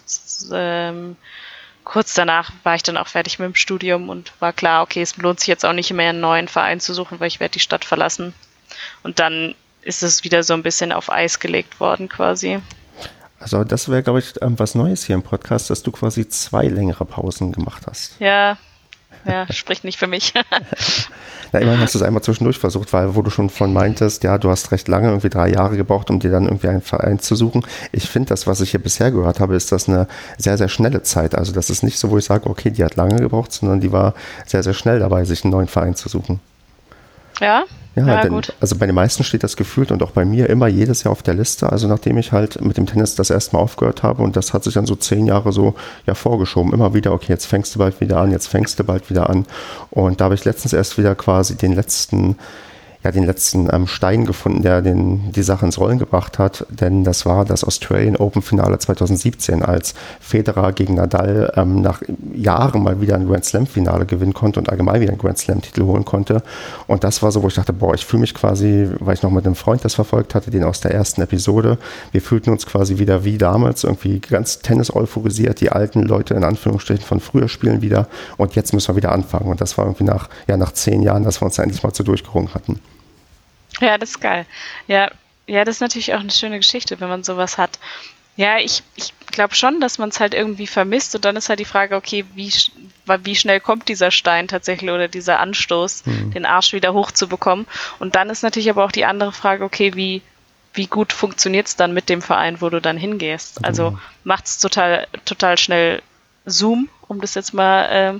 kurz danach war ich dann auch fertig mit dem Studium und war klar, okay, es lohnt sich jetzt auch nicht mehr einen neuen Verein zu suchen, weil ich werde die Stadt verlassen. Und dann ist es wieder so ein bisschen auf Eis gelegt worden quasi. Also das wäre, glaube ich, was Neues hier im Podcast, dass du quasi 2 längere Pausen gemacht hast. Ja, spricht nicht für mich. Na, immerhin hast du es einmal zwischendurch versucht, weil wo du schon von meintest, ja, du hast recht lange, irgendwie 3 Jahre gebraucht, um dir dann irgendwie einen Verein zu suchen. Ich finde, das, was ich hier bisher gehört habe, ist das eine sehr, sehr schnelle Zeit. Also das ist nicht so, wo ich sage, okay, die hat lange gebraucht, sondern die war sehr, sehr schnell dabei, sich einen neuen Verein zu suchen. Ja? Ja, denn, gut. Also bei den meisten steht das gefühlt und auch bei mir immer jedes Jahr auf der Liste. Also nachdem ich halt mit dem Tennis das erste Mal aufgehört habe und das hat sich dann so 10 Jahre so vorgeschoben. Immer wieder, okay, jetzt fängst du bald wieder an, jetzt fängst du bald wieder an. Und da habe ich letztens erst wieder quasi den letzten den letzten Stein gefunden, der die Sache ins Rollen gebracht hat, denn das war das Australian Open Finale 2017, als Federer gegen Nadal nach Jahren mal wieder ein Grand Slam Finale gewinnen konnte und allgemein wieder einen Grand Slam Titel holen konnte. Und das war so, wo ich dachte, boah, ich fühle mich quasi, weil ich noch mit einem Freund das verfolgt hatte, den aus der ersten Episode, wir fühlten uns quasi wieder wie damals, irgendwie ganz Tennis euphorisiert, die alten Leute in Anführungsstrichen von früher spielen wieder und jetzt müssen wir wieder anfangen. Und das war irgendwie nach 10 Jahren, dass wir uns da endlich mal so durchgerungen hatten. Ja, das ist geil. Ja, das ist natürlich auch eine schöne Geschichte, wenn man sowas hat. Ja, ich glaube schon, dass man es halt irgendwie vermisst und dann ist halt die Frage, okay, wie schnell kommt dieser Stein tatsächlich oder dieser Anstoß, den Arsch wieder hochzubekommen. Und dann ist natürlich aber auch die andere Frage, okay, wie gut funktioniert es dann mit dem Verein, wo du dann hingehst? Also macht es total schnell Zoom, um das jetzt mal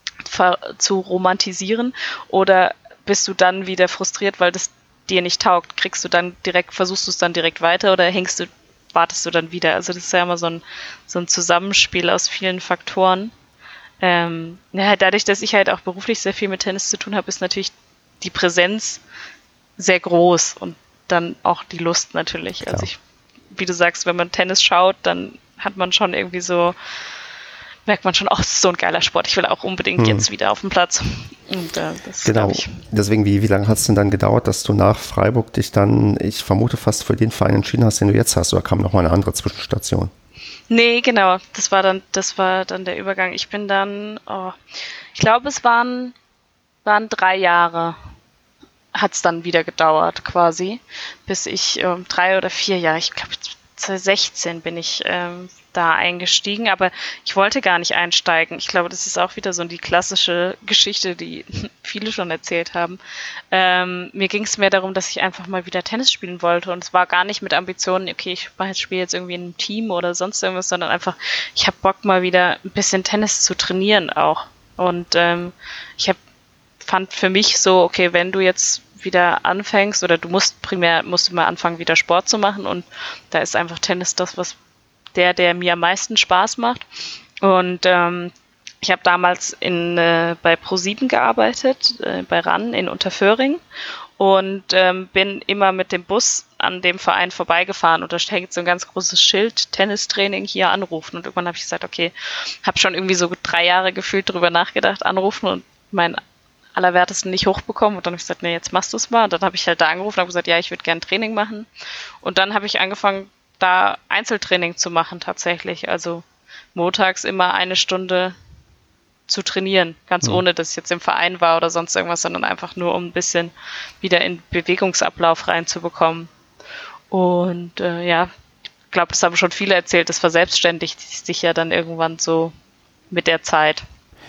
zu romantisieren, oder bist du dann wieder frustriert, weil das dir nicht taugt? Versuchst du es dann direkt weiter oder wartest du dann wieder? Also das ist ja immer so ein Zusammenspiel aus vielen Faktoren. Dadurch, dass ich halt auch beruflich sehr viel mit Tennis zu tun habe, ist natürlich die Präsenz sehr groß und dann auch die Lust natürlich. Klar. Also wie du sagst, wenn man Tennis schaut, dann hat man schon irgendwie so, merkt man schon, es ist so ein geiler Sport, ich will auch unbedingt jetzt wieder auf den Platz. Und das genau. Deswegen, wie lange hat es denn dann gedauert, dass du nach Freiburg dich dann, ich vermute, fast für den Verein entschieden hast, den du jetzt hast, oder kam noch mal eine andere Zwischenstation? Nee, genau, das war dann der Übergang. Ich bin dann, ich glaube, es waren 3 Jahre, hat es dann wieder gedauert quasi, bis ich 3 oder 4 Jahre, ich glaube 2016 bin ich da eingestiegen, aber ich wollte gar nicht einsteigen. Ich glaube, das ist auch wieder so die klassische Geschichte, die viele schon erzählt haben. Mir ging es mehr darum, dass ich einfach mal wieder Tennis spielen wollte und es war gar nicht mit Ambitionen, okay, ich spiele jetzt irgendwie in einem Team oder sonst irgendwas, sondern einfach, ich habe Bock mal wieder ein bisschen Tennis zu trainieren auch. Und fand für mich so, okay, wenn du jetzt wieder anfängst oder du musst mal anfangen, wieder Sport zu machen und da ist einfach Tennis das, was der mir am meisten Spaß macht. Und ich habe damals bei Pro7 gearbeitet, bei RAN in Unterföhring und bin immer mit dem Bus an dem Verein vorbeigefahren und da hängt so ein ganz großes Schild, Tennistraining hier anrufen und irgendwann habe ich gesagt, okay, habe schon irgendwie so 3 Jahre gefühlt drüber nachgedacht, anrufen und mein Allerwertesten nicht hochbekommen und dann habe ich gesagt, nee, jetzt machst du es mal. Und dann habe ich halt da angerufen und habe gesagt, ja, ich würde gerne Training machen. Und dann habe ich angefangen, da Einzeltraining zu machen tatsächlich. Also montags immer 1 Stunde zu trainieren, ganz ohne, dass ich jetzt im Verein war oder sonst irgendwas, sondern einfach nur, um ein bisschen wieder in Bewegungsablauf reinzubekommen. Und ich glaube, das haben schon viele erzählt, das verselbstständigt sich ja dann irgendwann so mit der Zeit.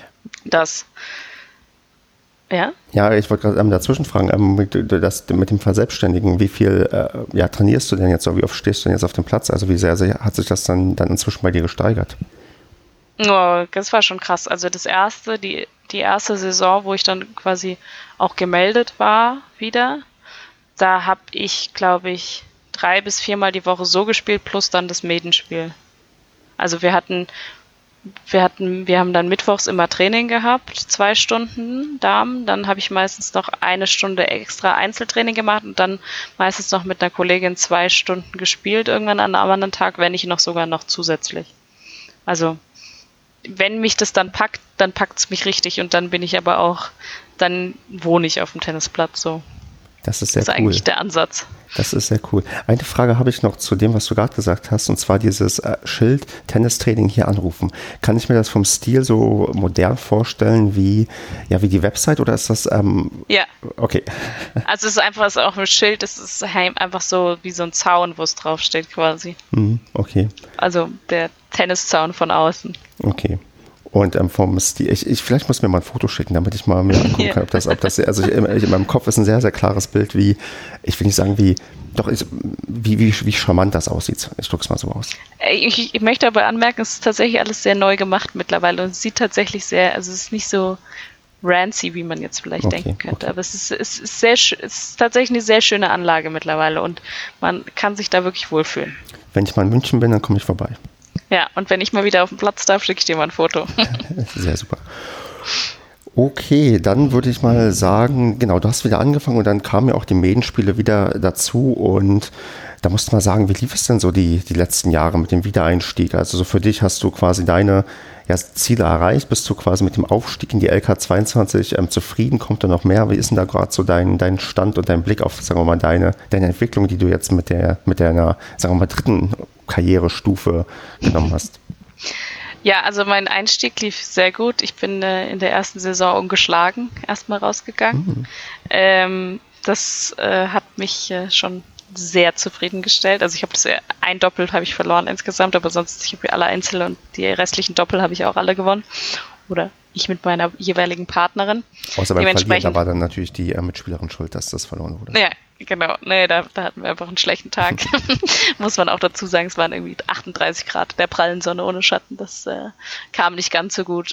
Ja, ich wollte gerade dazwischen fragen, das mit dem Verselbstständigen, wie viel trainierst du denn jetzt, oder wie oft stehst du denn jetzt auf dem Platz? Also wie sehr hat sich das dann inzwischen bei dir gesteigert? Oh, das war schon krass. Also die erste Saison, wo ich dann quasi auch gemeldet war wieder, da habe ich, glaube ich, 3 bis 4 Mal die Woche so gespielt, plus dann das Medenspiel. Also wir haben dann mittwochs immer Training gehabt, 2 Stunden Damen, dann habe ich meistens noch 1 Stunde extra Einzeltraining gemacht und dann meistens noch mit einer Kollegin 2 Stunden gespielt, irgendwann an einem anderen Tag, wenn nicht sogar noch zusätzlich. Also wenn mich das dann packt es mich richtig und dann dann wohne ich auf dem Tennisplatz so. Das ist sehr cool. Das ist eigentlich der Ansatz. Das ist sehr cool. Eine Frage habe ich noch zu dem, was du gerade gesagt hast, und zwar dieses Schild Tennistraining hier anrufen. Kann ich mir das vom Stil so modern vorstellen wie die Website oder ist das Ja. Okay. Also es ist einfach auch ein Schild, es ist einfach so wie so ein Zaun, wo es draufsteht quasi. Okay. Also der Tenniszaun von außen. Okay. Und vom Stil, vielleicht muss ich mir mal ein Foto schicken, damit ich mal mir angucken kann, ob das also in meinem Kopf ist ein sehr, sehr klares Bild, wie charmant das aussieht. Ich drücke es mal so aus. Ich möchte aber anmerken, es ist tatsächlich alles sehr neu gemacht mittlerweile und es sieht tatsächlich es ist nicht so rancy, wie man jetzt vielleicht denken könnte. Okay. Aber es ist tatsächlich eine sehr schöne Anlage mittlerweile und man kann sich da wirklich wohlfühlen. Wenn ich mal in München bin, dann komme ich vorbei. Ja, und wenn ich mal wieder auf den Platz darf, schicke ich dir mal ein Foto. Sehr super. Okay, dann würde ich mal sagen, genau, du hast wieder angefangen und dann kamen ja auch die Medenspiele wieder dazu und da musst du mal sagen, wie lief es denn so die letzten Jahre mit dem Wiedereinstieg? Also so für dich hast du quasi deine Ziele erreicht, bist du quasi mit dem Aufstieg in die LK22 zufrieden? Kommt da noch mehr? Wie ist denn da gerade so dein Stand und dein Blick auf, sagen wir mal, deine Entwicklung, die du jetzt mit deiner, sagen wir mal, dritten Karrierestufe genommen hast? Ja, also mein Einstieg lief sehr gut. Ich bin in der ersten Saison ungeschlagen erstmal rausgegangen. Das hat mich schon sehr zufriedengestellt. Also ich habe ein Doppel habe ich verloren insgesamt, aber sonst ich habe alle Einzel und die restlichen Doppel habe ich auch alle gewonnen. Oder ich mit meiner jeweiligen Partnerin. Außer beim Verlieren, da war dann natürlich die Mitspielerin schuld, dass das verloren wurde. Ja, genau. Nee, da hatten wir einfach einen schlechten Tag. Muss man auch dazu sagen, es waren irgendwie 38 Grad der prallen Sonne ohne Schatten. Das kam nicht ganz so gut.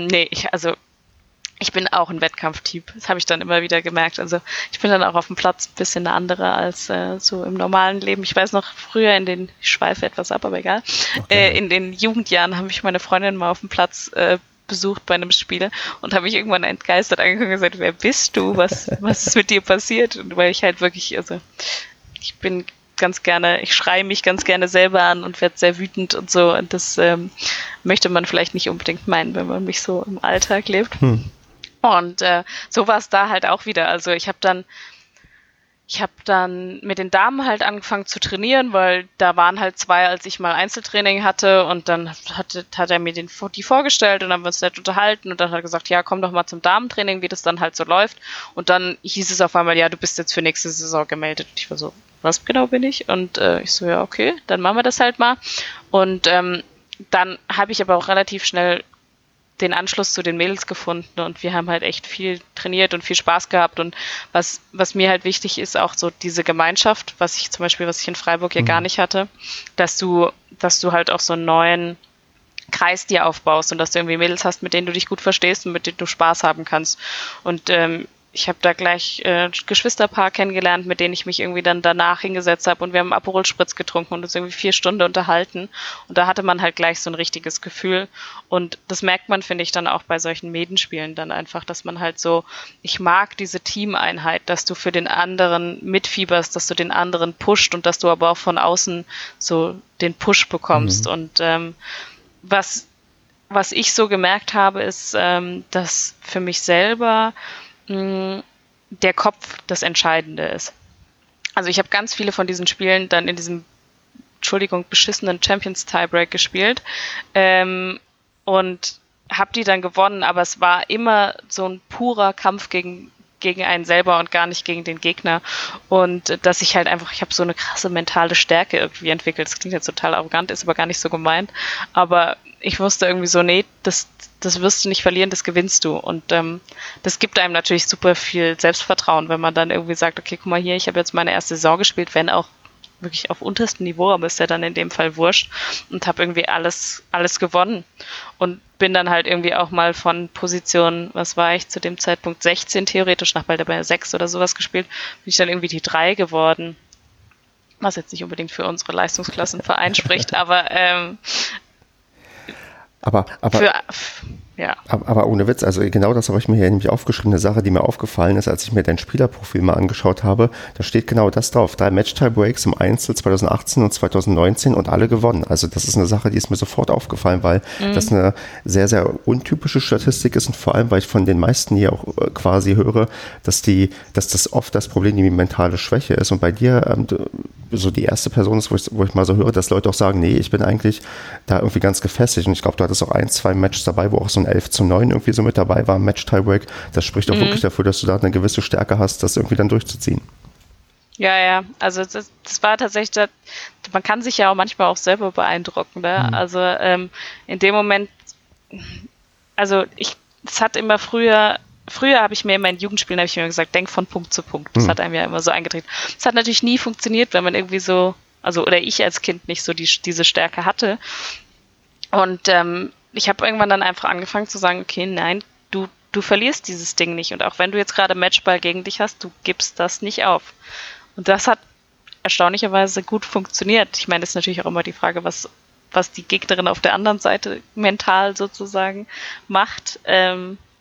Ich bin auch ein Wettkampftyp. Das habe ich dann immer wieder gemerkt. Also ich bin dann auch auf dem Platz ein bisschen eine andere als so im normalen Leben. Ich weiß noch, früher ich schweife etwas ab, aber egal. Okay. In den Jugendjahren habe ich meine Freundin mal auf dem Platz besucht bei einem Spiel und habe mich irgendwann entgeistert angeguckt und gesagt, wer bist du? Was ist mit dir passiert? Und weil ich halt wirklich, also ich bin ganz gerne, ich schreie mich ganz gerne selber an und werde sehr wütend und so. Und das möchte man vielleicht nicht unbedingt meinen, wenn man mich so im Alltag lebt. Und so war es da halt auch wieder. Also ich habe dann mit den Damen halt angefangen zu trainieren, weil da waren halt 2, als ich mal Einzeltraining hatte und dann hat er mir die vorgestellt und dann haben wir uns nett unterhalten und dann hat er gesagt, ja, komm doch mal zum Damentraining, wie das dann halt so läuft. Und dann hieß es auf einmal, ja, du bist jetzt für nächste Saison gemeldet. Und ich war so, was genau bin ich? Und ich so, ja, okay, dann machen wir das halt mal. Und dann habe ich aber auch relativ schnell den Anschluss zu den Mädels gefunden und wir haben halt echt viel trainiert und viel Spaß gehabt und was mir halt wichtig ist, auch so diese Gemeinschaft, was ich in Freiburg ja gar nicht hatte, dass du halt auch so einen neuen Kreis dir aufbaust und dass du irgendwie Mädels hast, mit denen du dich gut verstehst und mit denen du Spaß haben kannst. Und ich habe da gleich Geschwisterpaar kennengelernt, mit denen ich mich irgendwie dann danach hingesetzt habe und wir haben Aperol Spritz getrunken und uns irgendwie 4 Stunden unterhalten und da hatte man halt gleich so ein richtiges Gefühl und das merkt man, finde ich, dann auch bei solchen Medenspielen dann einfach, dass man halt so, ich mag diese Teameinheit, dass du für den anderen mitfieberst, dass du den anderen pusht und dass du aber auch von außen so den Push bekommst und was ich so gemerkt habe, ist, dass für mich selber der Kopf das Entscheidende ist. Also ich habe ganz viele von diesen Spielen dann in diesem, beschissenen Champions Tiebreak gespielt und habe die dann gewonnen, aber es war immer so ein purer Kampf gegen einen selber und gar nicht gegen den Gegner und dass ich halt einfach, ich habe so eine krasse mentale Stärke irgendwie entwickelt. Das klingt jetzt total arrogant, ist aber gar nicht so gemeint, aber ich wusste irgendwie so, nee, das wirst du nicht verlieren, das gewinnst du. Und das gibt einem natürlich super viel Selbstvertrauen, wenn man dann irgendwie sagt, okay, guck mal hier, ich habe jetzt meine erste Saison gespielt, wenn auch wirklich auf unterstem Niveau, aber ist ja dann in dem Fall wurscht und habe irgendwie alles gewonnen. Und bin dann halt irgendwie auch mal von Position, was war ich zu dem Zeitpunkt, 16 theoretisch, nach bald dabei 6 oder sowas gespielt, bin ich dann irgendwie die 3 geworden. Was jetzt nicht unbedingt für unsere Leistungsklassenverein spricht, aber Aber ohne Witz, also genau das habe ich mir hier nämlich aufgeschrieben, eine Sache, die mir aufgefallen ist, als ich mir dein Spielerprofil mal angeschaut habe, da steht genau das drauf, 3 Match-Tie-Breaks im Einzel 2018 und 2019 und alle gewonnen. Also das ist eine Sache, die ist mir sofort aufgefallen, weil das eine sehr, sehr untypische Statistik ist und vor allem, weil ich von den meisten hier auch quasi höre, dass das oft das Problem die mentale Schwäche ist und bei dir so die erste Person ist, wo ich mal so höre, dass Leute auch sagen, nee, ich bin eigentlich da irgendwie ganz gefestigt und ich glaube, du hattest auch 1, 2 Matches dabei, wo auch so ein 11:9 irgendwie so mit dabei war, Match-Tiebreak. Das spricht auch wirklich dafür, dass du da eine gewisse Stärke hast, das irgendwie dann durchzuziehen. Ja, also das war tatsächlich, man kann sich ja auch manchmal auch selber beeindrucken, ne? Also in dem Moment, also es hat immer früher habe ich mir in meinen Jugendspielen immer gesagt, denk von Punkt zu Punkt. Das hat einem ja immer so eingetreten. Das hat natürlich nie funktioniert, wenn man irgendwie so, also oder ich als Kind nicht so diese Stärke hatte. Und ich habe irgendwann dann einfach angefangen zu sagen, okay, nein, du verlierst dieses Ding nicht. Und auch wenn du jetzt gerade Matchball gegen dich hast, du gibst das nicht auf. Und das hat erstaunlicherweise gut funktioniert. Ich meine, das ist natürlich auch immer die Frage, was die Gegnerin auf der anderen Seite mental sozusagen macht.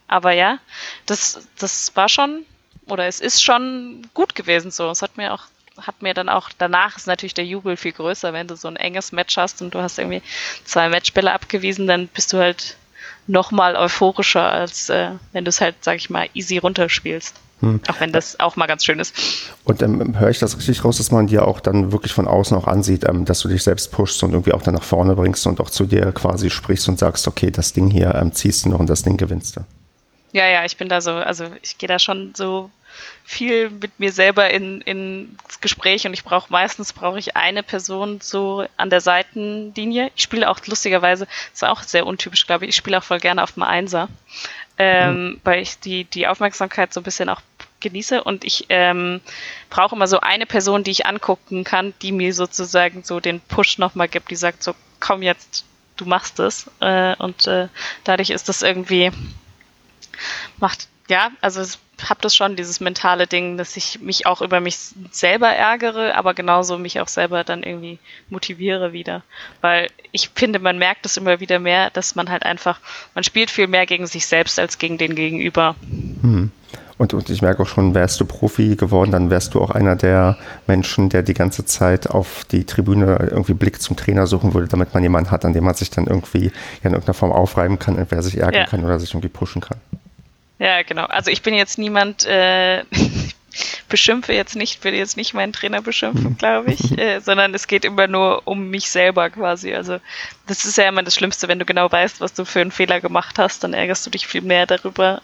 Aber ja, das war schon, oder es ist schon gut gewesen so. Es hat mir dann auch, danach ist natürlich der Jubel viel größer, wenn du so ein enges Match hast und du hast irgendwie 2 Matchbälle abgewiesen, dann bist du halt nochmal euphorischer, als wenn du es halt, sag ich mal, easy runterspielst. Auch wenn das auch mal ganz schön ist. Und höre ich das richtig raus, dass man dir auch dann wirklich von außen auch ansieht, dass du dich selbst pushst und irgendwie auch dann nach vorne bringst und auch zu dir quasi sprichst und sagst, okay, das Ding hier ziehst du noch und das Ding gewinnst du. Ja, ich bin da so, also ich gehe da schon so viel mit mir selber ins Gespräch und meistens brauche ich eine Person so an der Seitenlinie. Ich spiele auch lustigerweise, das ist auch sehr untypisch, glaube ich spiele auch voll gerne auf dem Einser, weil ich die Aufmerksamkeit so ein bisschen auch genieße und ich brauche immer so eine Person, die ich angucken kann, die mir sozusagen so den Push nochmal gibt, die sagt so, komm jetzt, du machst es und dadurch ist das irgendwie also ich habe das schon, dieses mentale Ding, dass ich mich auch über mich selber ärgere, aber genauso mich auch selber dann irgendwie motiviere wieder. Weil ich finde, man merkt es immer wieder mehr, dass man halt einfach, man spielt viel mehr gegen sich selbst als gegen den Gegenüber. Und ich merke auch schon, wärst du Profi geworden, dann wärst du auch einer der Menschen, der die ganze Zeit auf die Tribüne irgendwie Blick zum Trainer suchen würde, damit man jemanden hat, an dem man sich dann irgendwie in irgendeiner Form aufreiben kann, entweder sich ärgern kann oder sich irgendwie pushen kann. Ja, genau. Also ich bin jetzt niemand, beschimpfe jetzt nicht, will jetzt nicht meinen Trainer beschimpfen, glaube ich, sondern es geht immer nur um mich selber quasi. Also das ist ja immer das Schlimmste, wenn du genau weißt, was du für einen Fehler gemacht hast, dann ärgerst du dich viel mehr darüber.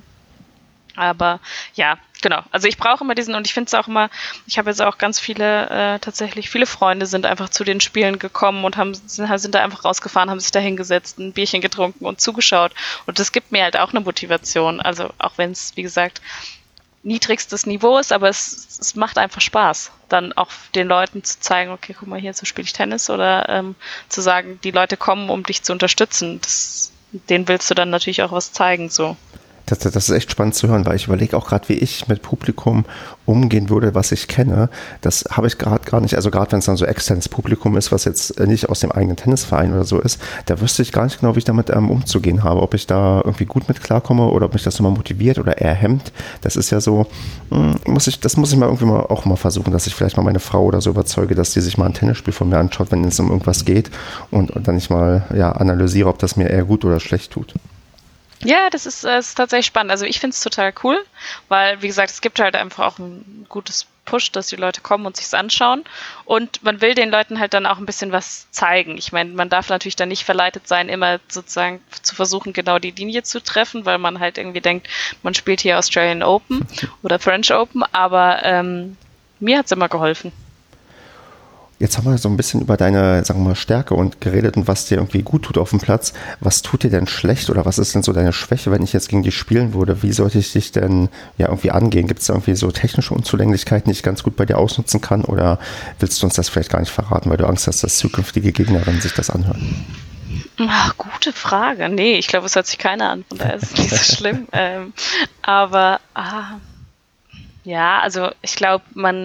Aber ja, genau. Also ich brauche immer diesen, und ich finde es auch immer, ich habe jetzt auch ganz viele Freunde sind einfach zu den Spielen gekommen und sind da einfach rausgefahren, haben sich da hingesetzt, ein Bierchen getrunken und zugeschaut. Und das gibt mir halt auch eine Motivation. Also auch wenn es, wie gesagt, niedrigstes Niveau ist, aber es macht einfach Spaß, dann auch den Leuten zu zeigen, okay, guck mal hier, so spiele ich Tennis, oder zu sagen, die Leute kommen, um dich zu unterstützen. Denen willst du dann natürlich auch was zeigen, so. Das ist echt spannend zu hören, weil ich überlege auch gerade, wie ich mit Publikum umgehen würde, was ich kenne. Das habe ich gerade gar nicht, also gerade wenn es dann so externes Publikum ist, was jetzt nicht aus dem eigenen Tennisverein oder so ist, da wüsste ich gar nicht genau, wie ich damit umzugehen habe. Ob ich da irgendwie gut mit klarkomme oder ob mich das immer motiviert oder eher hemmt. Das ist ja so, das muss ich mal irgendwie auch mal versuchen, dass ich vielleicht mal meine Frau oder so überzeuge, dass die sich mal ein Tennisspiel von mir anschaut, wenn es um irgendwas geht und dann ich mal analysiere, ob das mir eher gut oder schlecht tut. Ja, das ist tatsächlich spannend. Also ich finde es total cool, weil, wie gesagt, es gibt halt einfach auch ein gutes Push, dass die Leute kommen und sich's anschauen. Und man will den Leuten halt dann auch ein bisschen was zeigen. Ich meine, man darf natürlich dann nicht verleitet sein, immer sozusagen zu versuchen, genau die Linie zu treffen, weil man halt irgendwie denkt, man spielt hier Australian Open oder French Open, aber mir hat's immer geholfen. Jetzt haben wir so ein bisschen über deine, sagen wir mal, Stärke und geredet und was dir irgendwie gut tut auf dem Platz. Was tut dir denn schlecht oder was ist denn so deine Schwäche, wenn ich jetzt gegen dich spielen würde? Wie sollte ich dich denn irgendwie angehen? Gibt es da irgendwie so technische Unzulänglichkeiten, die ich ganz gut bei dir ausnutzen kann? Oder willst du uns das vielleicht gar nicht verraten, weil du Angst hast, dass zukünftige Gegnerinnen sich das anhören? Ach, gute Frage. Nee, ich glaube, es hört sich keiner an, von daher ist es nicht so schlimm. Aber also ich glaube,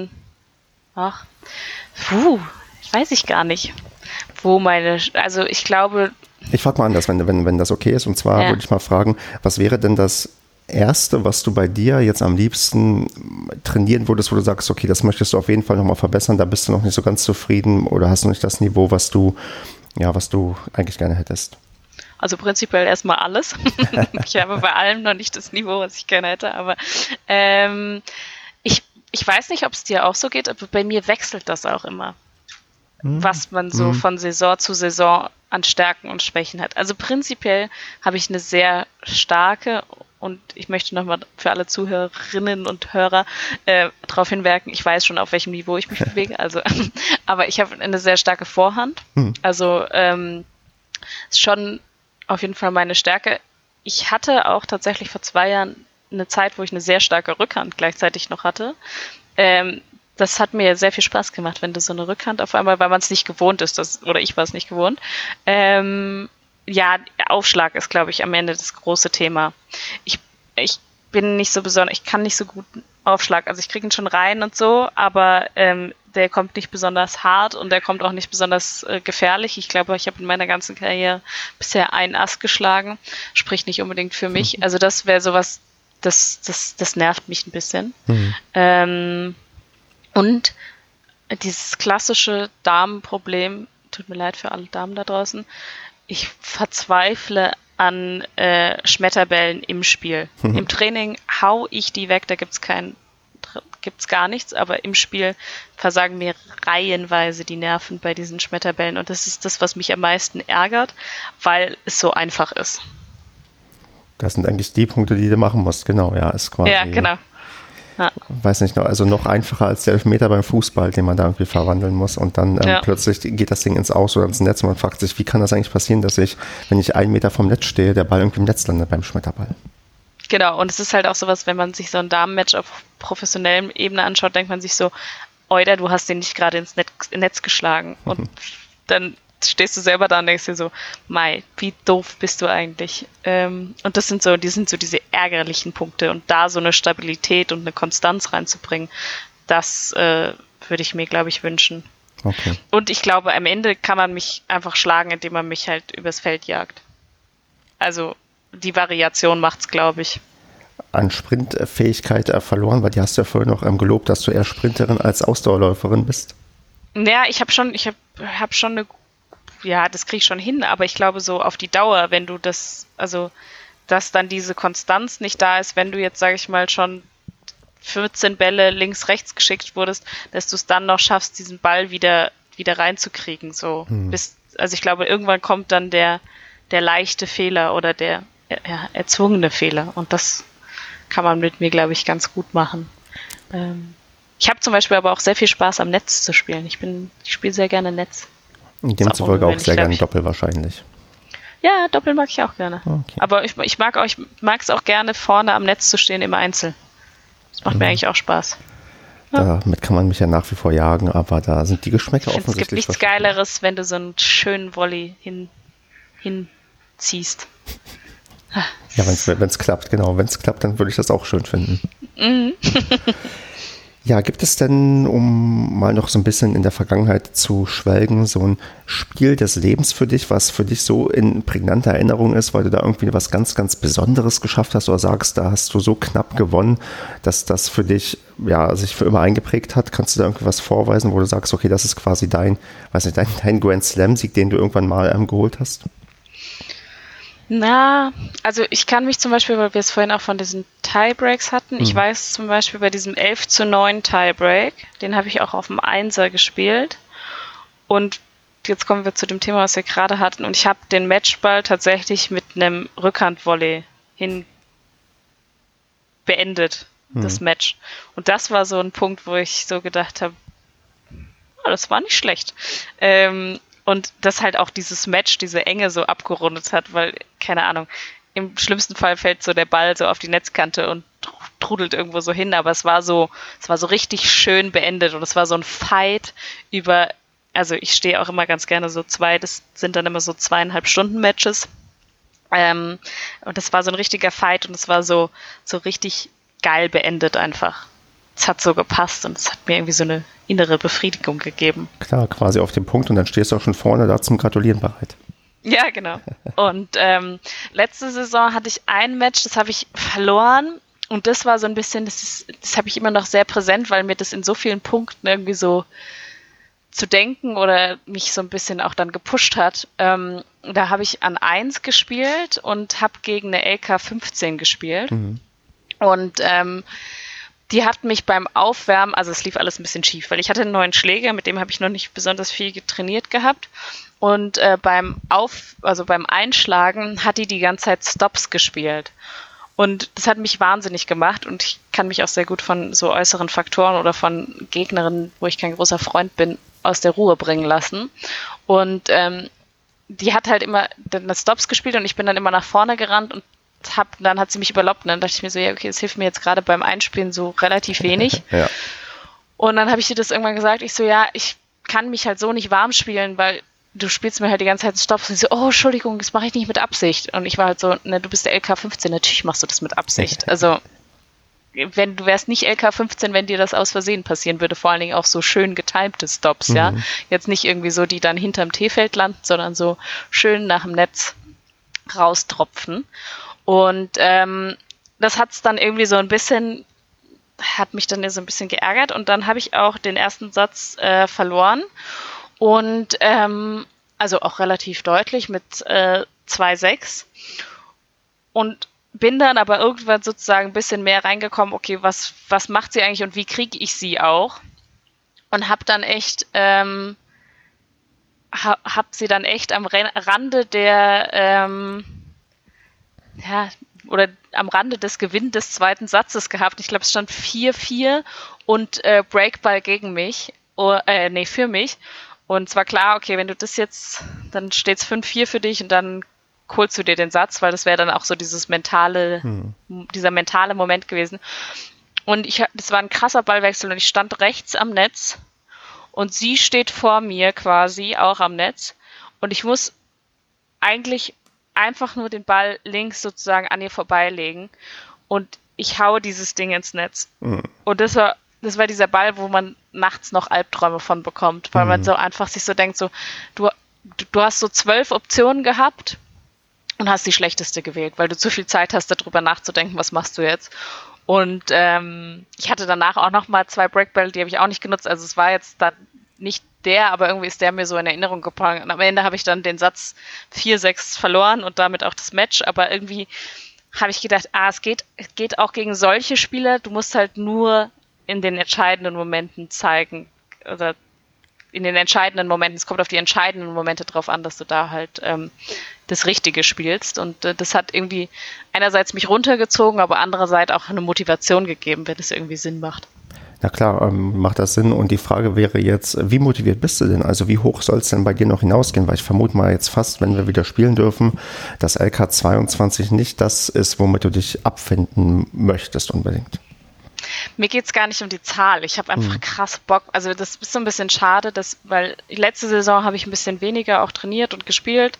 weiß ich gar nicht, also ich glaube... Ich frage mal anders, wenn das okay ist, und zwar würde ich mal fragen, was wäre denn das Erste, was du bei dir jetzt am liebsten trainieren würdest, wo du sagst, okay, das möchtest du auf jeden Fall nochmal verbessern, da bist du noch nicht so ganz zufrieden oder hast du nicht das Niveau, was du eigentlich gerne hättest? Also prinzipiell erstmal alles. Ich habe bei allem noch nicht das Niveau, was ich gerne hätte, aber ich weiß nicht, ob es dir auch so geht, aber bei mir wechselt das auch immer, was man so von Saison zu Saison an Stärken und Schwächen hat. Also prinzipiell habe ich eine sehr starke, und ich möchte nochmal für alle Zuhörerinnen und Hörer darauf hinwirken, ich weiß schon, auf welchem Niveau ich mich bewege, aber ich habe eine sehr starke Vorhand. Also ist schon auf jeden Fall meine Stärke. Ich hatte auch tatsächlich vor 2 Jahren eine Zeit, wo ich eine sehr starke Rückhand gleichzeitig noch hatte. Das hat mir sehr viel Spaß gemacht, wenn du so eine Rückhand auf einmal, weil man es nicht gewohnt ist, oder ich war es nicht gewohnt. Aufschlag ist, glaube ich, am Ende das große Thema. Ich bin nicht so besonders, ich kann nicht so gut Aufschlag, also ich kriege ihn schon rein und so, aber der kommt nicht besonders hart und der kommt auch nicht besonders gefährlich. Ich glaube, ich habe in meiner ganzen Karriere bisher einen Ast geschlagen. Spricht nicht unbedingt für mich. Also das wäre sowas, das nervt mich ein bisschen. Und dieses klassische Damenproblem, tut mir leid für alle Damen da draußen, ich verzweifle an Schmetterbällen im Spiel. Im Training hau ich die weg, da gibt's gar nichts, aber im Spiel versagen mir reihenweise die Nerven bei diesen Schmetterbällen und das ist das, was mich am meisten ärgert, weil es so einfach ist. Das sind eigentlich die Punkte, die du machen musst, genau, ja, ist quasi. Ja, genau. Ja. Weiß nicht, also noch einfacher als der Elfmeter beim Fußball, den man da irgendwie verwandeln muss und dann plötzlich geht das Ding ins Aus oder ins Netz und man fragt sich, wie kann das eigentlich passieren, dass wenn ich 1 Meter vom Netz stehe, der Ball irgendwie im Netz landet beim Schmetterball. Genau, und es ist halt auch sowas, wenn man sich so ein Damenmatch auf professionellem Ebene anschaut, denkt man sich so, Oida, du hast den nicht gerade ins Netz geschlagen. Und dann stehst du selber da und denkst dir so, Mai, wie doof bist du eigentlich? Und das sind so diese ärgerlichen Punkte und da so eine Stabilität und eine Konstanz reinzubringen, das würde ich mir, glaube ich, wünschen. Okay. Und ich glaube, am Ende kann man mich einfach schlagen, indem man mich halt übers Feld jagt. Also die Variation macht's, glaube ich. An Sprintfähigkeit verloren, weil die hast du ja vorhin noch gelobt, dass du eher Sprinterin als Ausdauerläuferin bist. Ja, ich habe schon eine, ja, das kriege ich schon hin, aber ich glaube so auf die Dauer, wenn du dass dann diese Konstanz nicht da ist, wenn du jetzt, sage ich mal, schon 14 Bälle links, rechts geschickt wurdest, dass du es dann noch schaffst, diesen Ball wieder reinzukriegen, so. Also ich glaube, irgendwann kommt dann der leichte Fehler oder der erzwungene Fehler. Und das kann man mit mir, glaube ich, ganz gut machen. Ich habe zum Beispiel aber auch sehr viel Spaß am Netz zu spielen. Ich spiele sehr gerne Netz. Demzufolge auch sehr gerne Doppel wahrscheinlich. Ja, Doppel mag ich auch gerne. Okay. Aber ich mag es auch gerne, vorne am Netz zu stehen im Einzel. Das macht mir eigentlich auch Spaß. Ja. Damit kann man mich ja nach wie vor jagen, aber da sind die Geschmäcker offensichtlich. Es gibt nichts Geileres, wenn du so einen schönen Volley hinziehst. Ja, wenn es klappt, genau. Wenn es klappt, dann würde ich das auch schön finden. Ja, gibt es denn, um mal noch so ein bisschen in der Vergangenheit zu schwelgen, so ein Spiel des Lebens für dich, was für dich so in prägnanter Erinnerung ist, weil du da irgendwie was ganz, ganz Besonderes geschafft hast oder sagst, da hast du so knapp gewonnen, dass das für dich ja sich für immer eingeprägt hat? Kannst du da irgendwas vorweisen, wo du sagst, okay, das ist quasi dein Grand Slam-Sieg, den du irgendwann mal geholt hast? Na, also ich kann mich zum Beispiel, weil wir es vorhin auch von diesen Tiebreaks hatten, ich weiß zum Beispiel bei diesem 11:9 Tiebreak, den habe ich auch auf dem Einser gespielt und jetzt kommen wir zu dem Thema, was wir gerade hatten und ich habe den Matchball tatsächlich mit einem Rückhandvolley beendet, das Match. Und das war so ein Punkt, wo ich so gedacht habe, oh, das war nicht schlecht. Und das halt auch dieses Match, diese Enge so abgerundet hat, weil, keine Ahnung, im schlimmsten Fall fällt so der Ball so auf die Netzkante und trudelt irgendwo so hin, aber es war so richtig schön beendet und es war so ein Fight über, also ich stehe auch immer ganz gerne so das sind dann immer so 2,5 Stunden Matches. Und das war so ein richtiger Fight und es war so richtig geil beendet einfach. Es hat so gepasst und es hat mir irgendwie so eine innere Befriedigung gegeben. Klar, quasi auf dem Punkt und dann stehst du auch schon vorne da zum Gratulieren bereit. Ja, genau. Und letzte Saison hatte ich ein Match, das habe ich verloren und das war so ein bisschen, das habe ich immer noch sehr präsent, weil mir das in so vielen Punkten irgendwie so zu denken oder mich so ein bisschen auch dann gepusht hat. Da habe ich an 1 gespielt und habe gegen eine LK 15 gespielt. Und die hat mich beim Aufwärmen, also es lief alles ein bisschen schief, weil ich hatte einen neuen Schläger, mit dem habe ich noch nicht besonders viel trainiert gehabt. Und beim Einschlagen hat die ganze Zeit Stops gespielt. Und das hat mich wahnsinnig gemacht und ich kann mich auch sehr gut von so äußeren Faktoren oder von Gegnerinnen, wo ich kein großer Freund bin, aus der Ruhe bringen lassen. Und die hat halt immer Stops gespielt und ich bin dann immer nach vorne gerannt und dann hat sie mich überloppt und dann dachte ich mir so, ja, okay, das hilft mir jetzt gerade beim Einspielen so relativ wenig. Ja. Und dann habe ich ihr das irgendwann gesagt, ich so, ja, ich kann mich halt so nicht warm spielen, weil du spielst mir halt die ganze Zeit Stops. Und sie so, oh, Entschuldigung, das mache ich nicht mit Absicht. Und ich war halt so, ne, du bist der LK 15, natürlich machst du das mit Absicht. Also du wärst nicht LK15, wenn dir das aus Versehen passieren würde, vor allen Dingen auch so schön getimte Stops, ja. Jetzt nicht irgendwie so, die dann hinterm T-Feld landen, sondern so schön nach dem Netz raustropfen. Und das hat's dann irgendwie so ein bisschen, hat mich dann so ein bisschen geärgert und dann habe ich auch den ersten Satz verloren und also auch relativ deutlich mit 2-6 und bin dann aber irgendwann sozusagen ein bisschen mehr reingekommen, okay, was macht sie eigentlich und wie kriege ich sie auch? Und habe dann echt, hab sie dann echt am Rande der, oder am Rande des Gewinns des zweiten Satzes gehabt. Ich glaube, es stand 4-4 und Breakball gegen mich, für mich. Und es war klar, okay, wenn du das jetzt, dann steht es 5-4 für dich und dann holst du dir den Satz, weil das wäre dann auch so dieser mentale Moment gewesen. Und das war ein krasser Ballwechsel und ich stand rechts am Netz und sie steht vor mir quasi auch am Netz und ich muss eigentlich einfach nur den Ball links sozusagen an ihr vorbeilegen und ich haue dieses Ding ins Netz. Und das war dieser Ball, wo man nachts noch Albträume von bekommt, weil man so einfach sich so denkt, so du hast so 12 Optionen gehabt und hast die schlechteste gewählt, weil du zu viel Zeit hast, darüber nachzudenken, was machst du jetzt. Und ich hatte danach auch noch mal 2 Breakball, die habe ich auch nicht genutzt. Also es war jetzt dann nicht der, aber irgendwie ist der mir so in Erinnerung gebracht. Und am Ende habe ich dann den Satz 4-6 verloren und damit auch das Match. Aber irgendwie habe ich gedacht, es geht auch gegen solche Spieler. Du musst halt nur in den entscheidenden Momenten zeigen, oder in den entscheidenden Momenten, es kommt auf die entscheidenden Momente drauf an, dass du da halt das Richtige spielst. Und das hat irgendwie einerseits mich runtergezogen, aber andererseits auch eine Motivation gegeben, wenn es irgendwie Sinn macht. Na klar, macht das Sinn. Und die Frage wäre jetzt, wie motiviert bist du denn? Also wie hoch soll es denn bei dir noch hinausgehen? Weil ich vermute mal jetzt fast, wenn wir wieder spielen dürfen, dass LK22 nicht das ist, womit du dich abfinden möchtest unbedingt. Mir geht's gar nicht um die Zahl. Ich habe einfach krass Bock. Also das ist so ein bisschen schade, weil letzte Saison habe ich ein bisschen weniger auch trainiert und gespielt,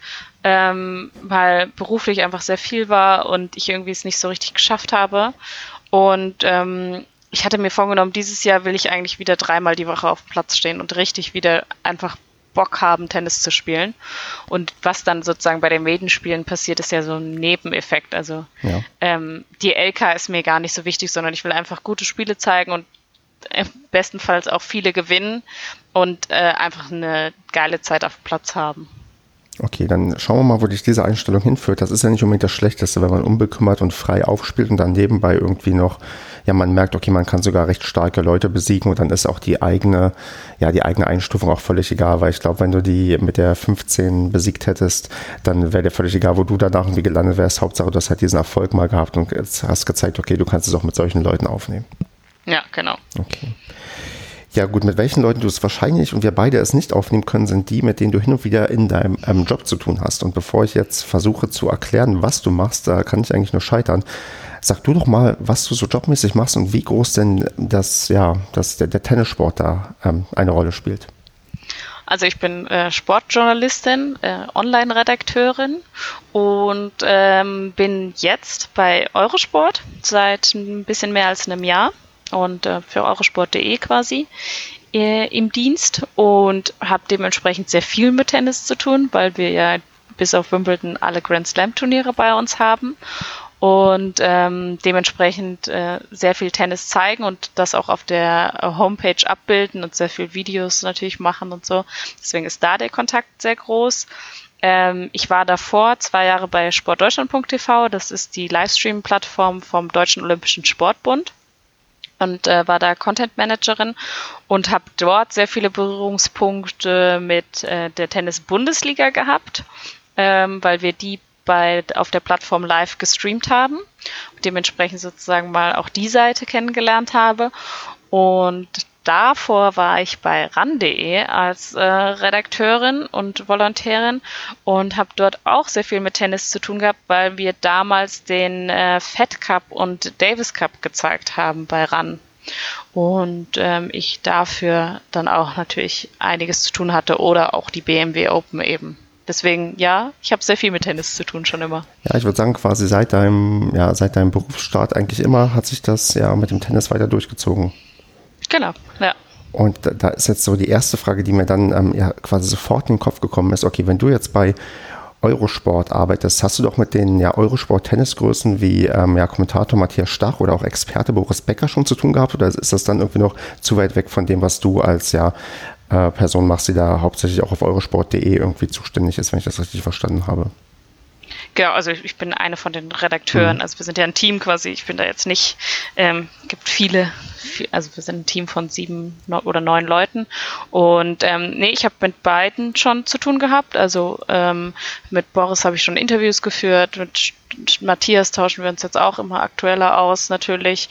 weil beruflich einfach sehr viel war und ich irgendwie es nicht so richtig geschafft habe. Und ich hatte mir vorgenommen, dieses Jahr will ich eigentlich wieder 3-mal die Woche auf dem Platz stehen und richtig wieder einfach Bock haben, Tennis zu spielen. Und was dann sozusagen bei den Medenspielen passiert, ist ja so ein Nebeneffekt. Also die LK ist mir gar nicht so wichtig, sondern ich will einfach gute Spiele zeigen und bestenfalls auch viele gewinnen und einfach eine geile Zeit auf dem Platz haben. Okay, dann schauen wir mal, wo dich diese Einstellung hinführt. Das ist ja nicht unbedingt das Schlechteste, wenn man unbekümmert und frei aufspielt und dann nebenbei irgendwie noch, man merkt, okay, man kann sogar recht starke Leute besiegen und dann ist auch die eigene Einstufung auch völlig egal, weil ich glaube, wenn du die mit der 15 besiegt hättest, dann wäre dir völlig egal, wo du danach irgendwie gelandet wärst. Hauptsache, du hast halt diesen Erfolg mal gehabt und jetzt hast gezeigt, okay, du kannst es auch mit solchen Leuten aufnehmen. Ja, genau. Okay. Ja gut, mit welchen Leuten du es wahrscheinlich und wir beide es nicht aufnehmen können, sind die, mit denen du hin und wieder in deinem Job zu tun hast. Und bevor ich jetzt versuche zu erklären, was du machst, da kann ich eigentlich nur scheitern. Sag du doch mal, was du so jobmäßig machst und wie groß denn der Tennissport da eine Rolle spielt. Also ich bin Sportjournalistin, Online-Redakteurin und bin jetzt bei Eurosport seit ein bisschen mehr als einem Jahr. Und für eurosport.de quasi im Dienst und habe dementsprechend sehr viel mit Tennis zu tun, weil wir ja bis auf Wimbledon alle Grand Slam Turniere bei uns haben und dementsprechend sehr viel Tennis zeigen und das auch auf der Homepage abbilden und sehr viel Videos natürlich machen und so. Deswegen ist da der Kontakt sehr groß. Ich war davor 2 Jahre bei sportdeutschland.tv, das ist die Livestream-Plattform vom Deutschen Olympischen Sportbund. Und war da Content Managerin und habe dort sehr viele Berührungspunkte mit der Tennis-Bundesliga gehabt, weil wir die auf der Plattform live gestreamt haben und dementsprechend sozusagen mal auch die Seite kennengelernt habe. Und davor war ich bei ran.de als Redakteurin und Volontärin und habe dort auch sehr viel mit Tennis zu tun gehabt, weil wir damals den Fed Cup und Davis Cup gezeigt haben bei ran. Und ich dafür dann auch natürlich einiges zu tun hatte oder auch die BMW Open eben. Deswegen, ja, ich habe sehr viel mit Tennis zu tun, schon immer. Ja, ich würde sagen, quasi seit deinem Berufsstart eigentlich immer hat sich das ja mit dem Tennis weiter durchgezogen. Genau, ja. Und da ist jetzt so die erste Frage, die mir dann quasi sofort in den Kopf gekommen ist. Okay, wenn du jetzt bei Eurosport arbeitest, hast du doch mit den Eurosport-Tennisgrößen wie Kommentator Matthias Stach oder auch Experte Boris Becker schon zu tun gehabt? Oder ist das dann irgendwie noch zu weit weg von dem, was du als Person machst, die da hauptsächlich auch auf eurosport.de irgendwie zuständig ist, wenn ich das richtig verstanden habe? Genau, also ich bin eine von den Redakteuren, also wir sind ja ein Team quasi, ich bin da jetzt nicht, gibt viele, also wir sind ein Team von 7 oder 9 Leuten und ich habe mit beiden schon zu tun gehabt, also mit Boris habe ich schon Interviews geführt, mit Matthias tauschen wir uns jetzt auch immer aktueller aus natürlich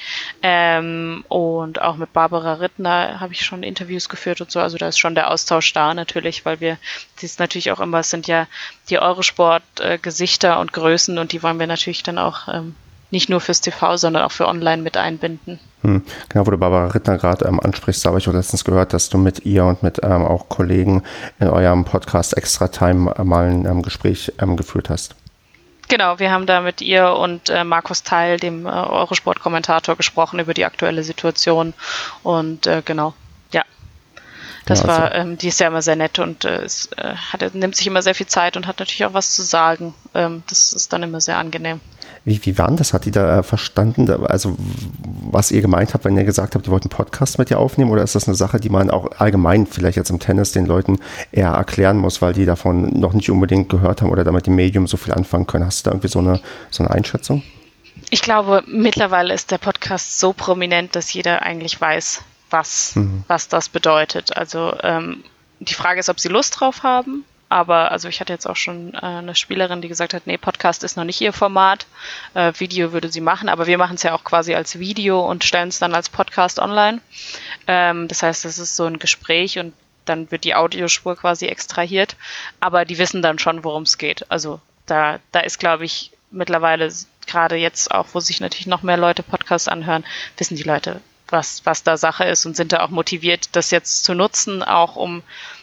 und auch mit Barbara Rittner habe ich schon Interviews geführt und so, also da ist schon der Austausch da natürlich, weil das ist natürlich auch immer, es sind ja die Eurosport-Gesichter und Größen und die wollen wir natürlich dann auch nicht nur fürs TV, sondern auch für online mit einbinden. Genau, wo du Barbara Rittner gerade ansprichst, da habe ich auch letztens gehört, dass du mit ihr und mit auch Kollegen in eurem Podcast Extra Time mal ein Gespräch geführt hast. Genau, wir haben da mit ihr und Markus Theil, dem Eurosport-Kommentator, gesprochen über die aktuelle Situation und genau, ja. Das ja, war, die ist ja immer sehr nett und nimmt sich immer sehr viel Zeit und hat natürlich auch was zu sagen. Das ist dann immer sehr angenehm. Wie war denn das? Hat die da verstanden, also was ihr gemeint habt, wenn ihr gesagt habt, ihr wollt einen Podcast mit ihr aufnehmen, oder ist das eine Sache, die man auch allgemein vielleicht jetzt im Tennis den Leuten eher erklären muss, weil die davon noch nicht unbedingt gehört haben oder damit dem Medium so viel anfangen können? Hast du da irgendwie so eine Einschätzung? Ich glaube, mittlerweile ist der Podcast so prominent, dass jeder eigentlich weiß, was das bedeutet. Also die Frage ist, ob sie Lust drauf haben. Aber also ich hatte jetzt auch schon eine Spielerin, die gesagt hat, nee, Podcast ist noch nicht ihr Format. Video würde sie machen, aber wir machen es ja auch quasi als Video und stellen es dann als Podcast online. Das heißt, es ist so ein Gespräch und dann wird die Audiospur quasi extrahiert. Aber die wissen dann schon, worum es geht. Also da ist, glaube ich, mittlerweile, gerade jetzt auch, wo sich natürlich noch mehr Leute Podcasts anhören, wissen die Leute, was da Sache ist und sind da auch motiviert, das jetzt zu nutzen, auch um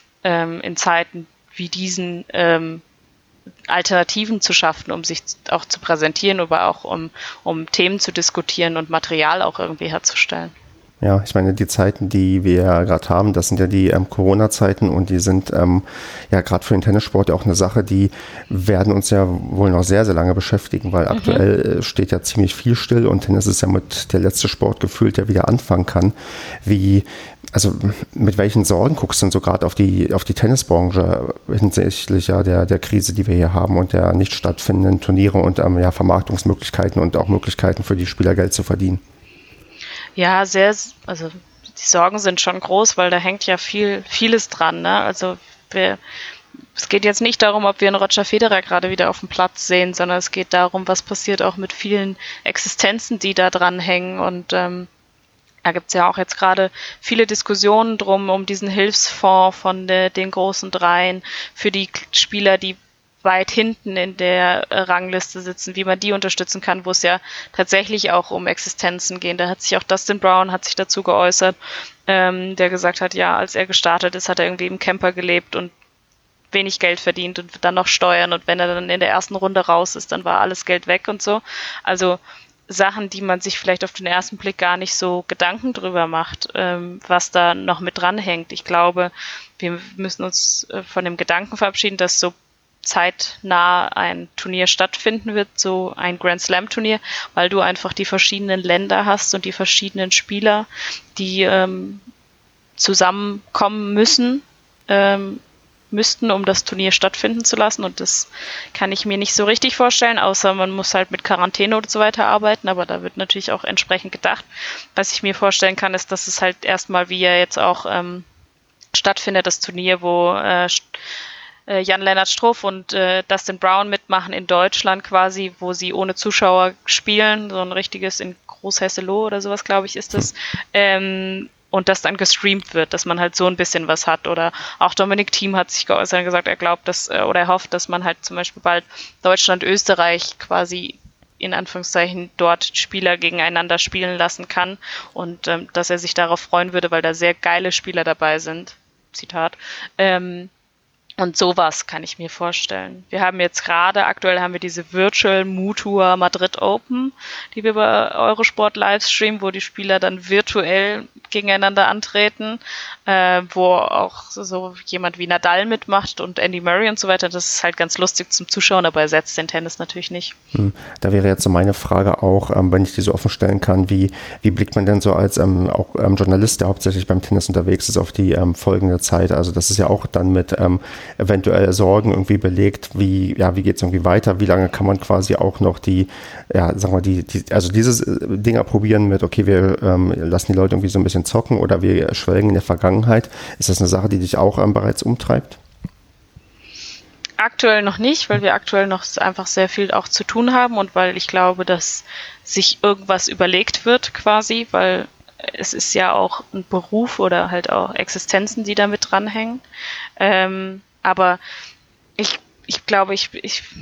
in Zeiten wie diesen Alternativen zu schaffen, um sich auch zu präsentieren, aber auch um Themen zu diskutieren und Material auch irgendwie herzustellen. Ja, ich meine, die Zeiten, die wir gerade haben, das sind ja die Corona-Zeiten und die sind gerade für den Tennissport ja auch eine Sache, die werden uns ja wohl noch sehr, sehr lange beschäftigen, weil aktuell steht ja ziemlich viel still und Tennis ist ja mit der letzte Sport gefühlt, der wieder anfangen kann. Mit welchen Sorgen guckst du denn so gerade auf die Tennisbranche hinsichtlich der Krise, die wir hier haben und der nicht stattfindenden Turniere und Vermarktungsmöglichkeiten und auch Möglichkeiten für die Spieler Geld zu verdienen? Ja, also die Sorgen sind schon groß, weil da hängt ja vieles dran, ne? Also es geht jetzt nicht darum, ob wir einen Roger Federer gerade wieder auf dem Platz sehen, sondern es geht darum, was passiert auch mit vielen Existenzen, die da dran hängen und da gibt's ja auch jetzt gerade viele Diskussionen drum, um diesen Hilfsfonds von den großen Dreien für die Spieler, die weit hinten in der Rangliste sitzen, wie man die unterstützen kann, wo es ja tatsächlich auch um Existenzen geht. Da hat sich auch Dustin Brown hat sich dazu geäußert, der gesagt hat, ja, als er gestartet ist, hat er irgendwie im Camper gelebt und wenig Geld verdient und dann noch Steuern und wenn er dann in der ersten Runde raus ist, dann war alles Geld weg und so. Also Sachen, die man sich vielleicht auf den ersten Blick gar nicht so Gedanken drüber macht, was da noch mit dranhängt. Ich glaube, wir müssen uns von dem Gedanken verabschieden, dass so zeitnah ein Turnier stattfinden wird, so ein Grand Slam Turnier, weil du einfach die verschiedenen Länder hast und die verschiedenen Spieler, die zusammenkommen müssten, um das Turnier stattfinden zu lassen und das kann ich mir nicht so richtig vorstellen, außer man muss halt mit Quarantäne und so weiter arbeiten, aber da wird natürlich auch entsprechend gedacht. Was ich mir vorstellen kann, ist, dass es halt erstmal, wie ja jetzt auch stattfindet, das Turnier, wo Jan-Lennart Struff und Dustin Brown mitmachen in Deutschland quasi, wo sie ohne Zuschauer spielen, so ein richtiges in Großhesseloh oder sowas, glaube ich, ist das. Und das dann gestreamt wird, dass man halt so ein bisschen was hat. Oder auch Dominik Thiem hat sich geäußert und gesagt, er glaubt, oder er hofft, dass man halt zum Beispiel bald Deutschland, Österreich quasi in Anführungszeichen dort Spieler gegeneinander spielen lassen kann und dass er sich darauf freuen würde, weil da sehr geile Spieler dabei sind. Zitat. Und Und sowas kann ich mir vorstellen. Wir haben jetzt aktuell haben wir diese Virtual Mutua Madrid Open, die wir bei Eurosport Livestream, wo die Spieler dann virtuell gegeneinander antreten, wo auch so jemand wie Nadal mitmacht und Andy Murray und so weiter. Das ist halt ganz lustig zum Zuschauen, aber ersetzt den Tennis natürlich nicht. Da wäre jetzt so meine Frage auch, wenn ich die so offen stellen kann, wie blickt man denn so als auch Journalist, der hauptsächlich beim Tennis unterwegs ist, auf die folgende Zeit? Also das ist ja auch dann mit eventuell Sorgen irgendwie belegt, wie geht es irgendwie weiter, wie lange kann man quasi auch noch also diese Dinger probieren mit, okay, wir lassen die Leute irgendwie so ein bisschen zocken oder wir schwelgen in der Vergangenheit. Ist das eine Sache, die dich auch bereits umtreibt? Aktuell noch nicht, weil wir aktuell noch einfach sehr viel auch zu tun haben und weil ich glaube, dass sich irgendwas überlegt wird quasi, weil es ist ja auch ein Beruf oder halt auch Existenzen, die damit dranhängen. Aber ich glaube, ich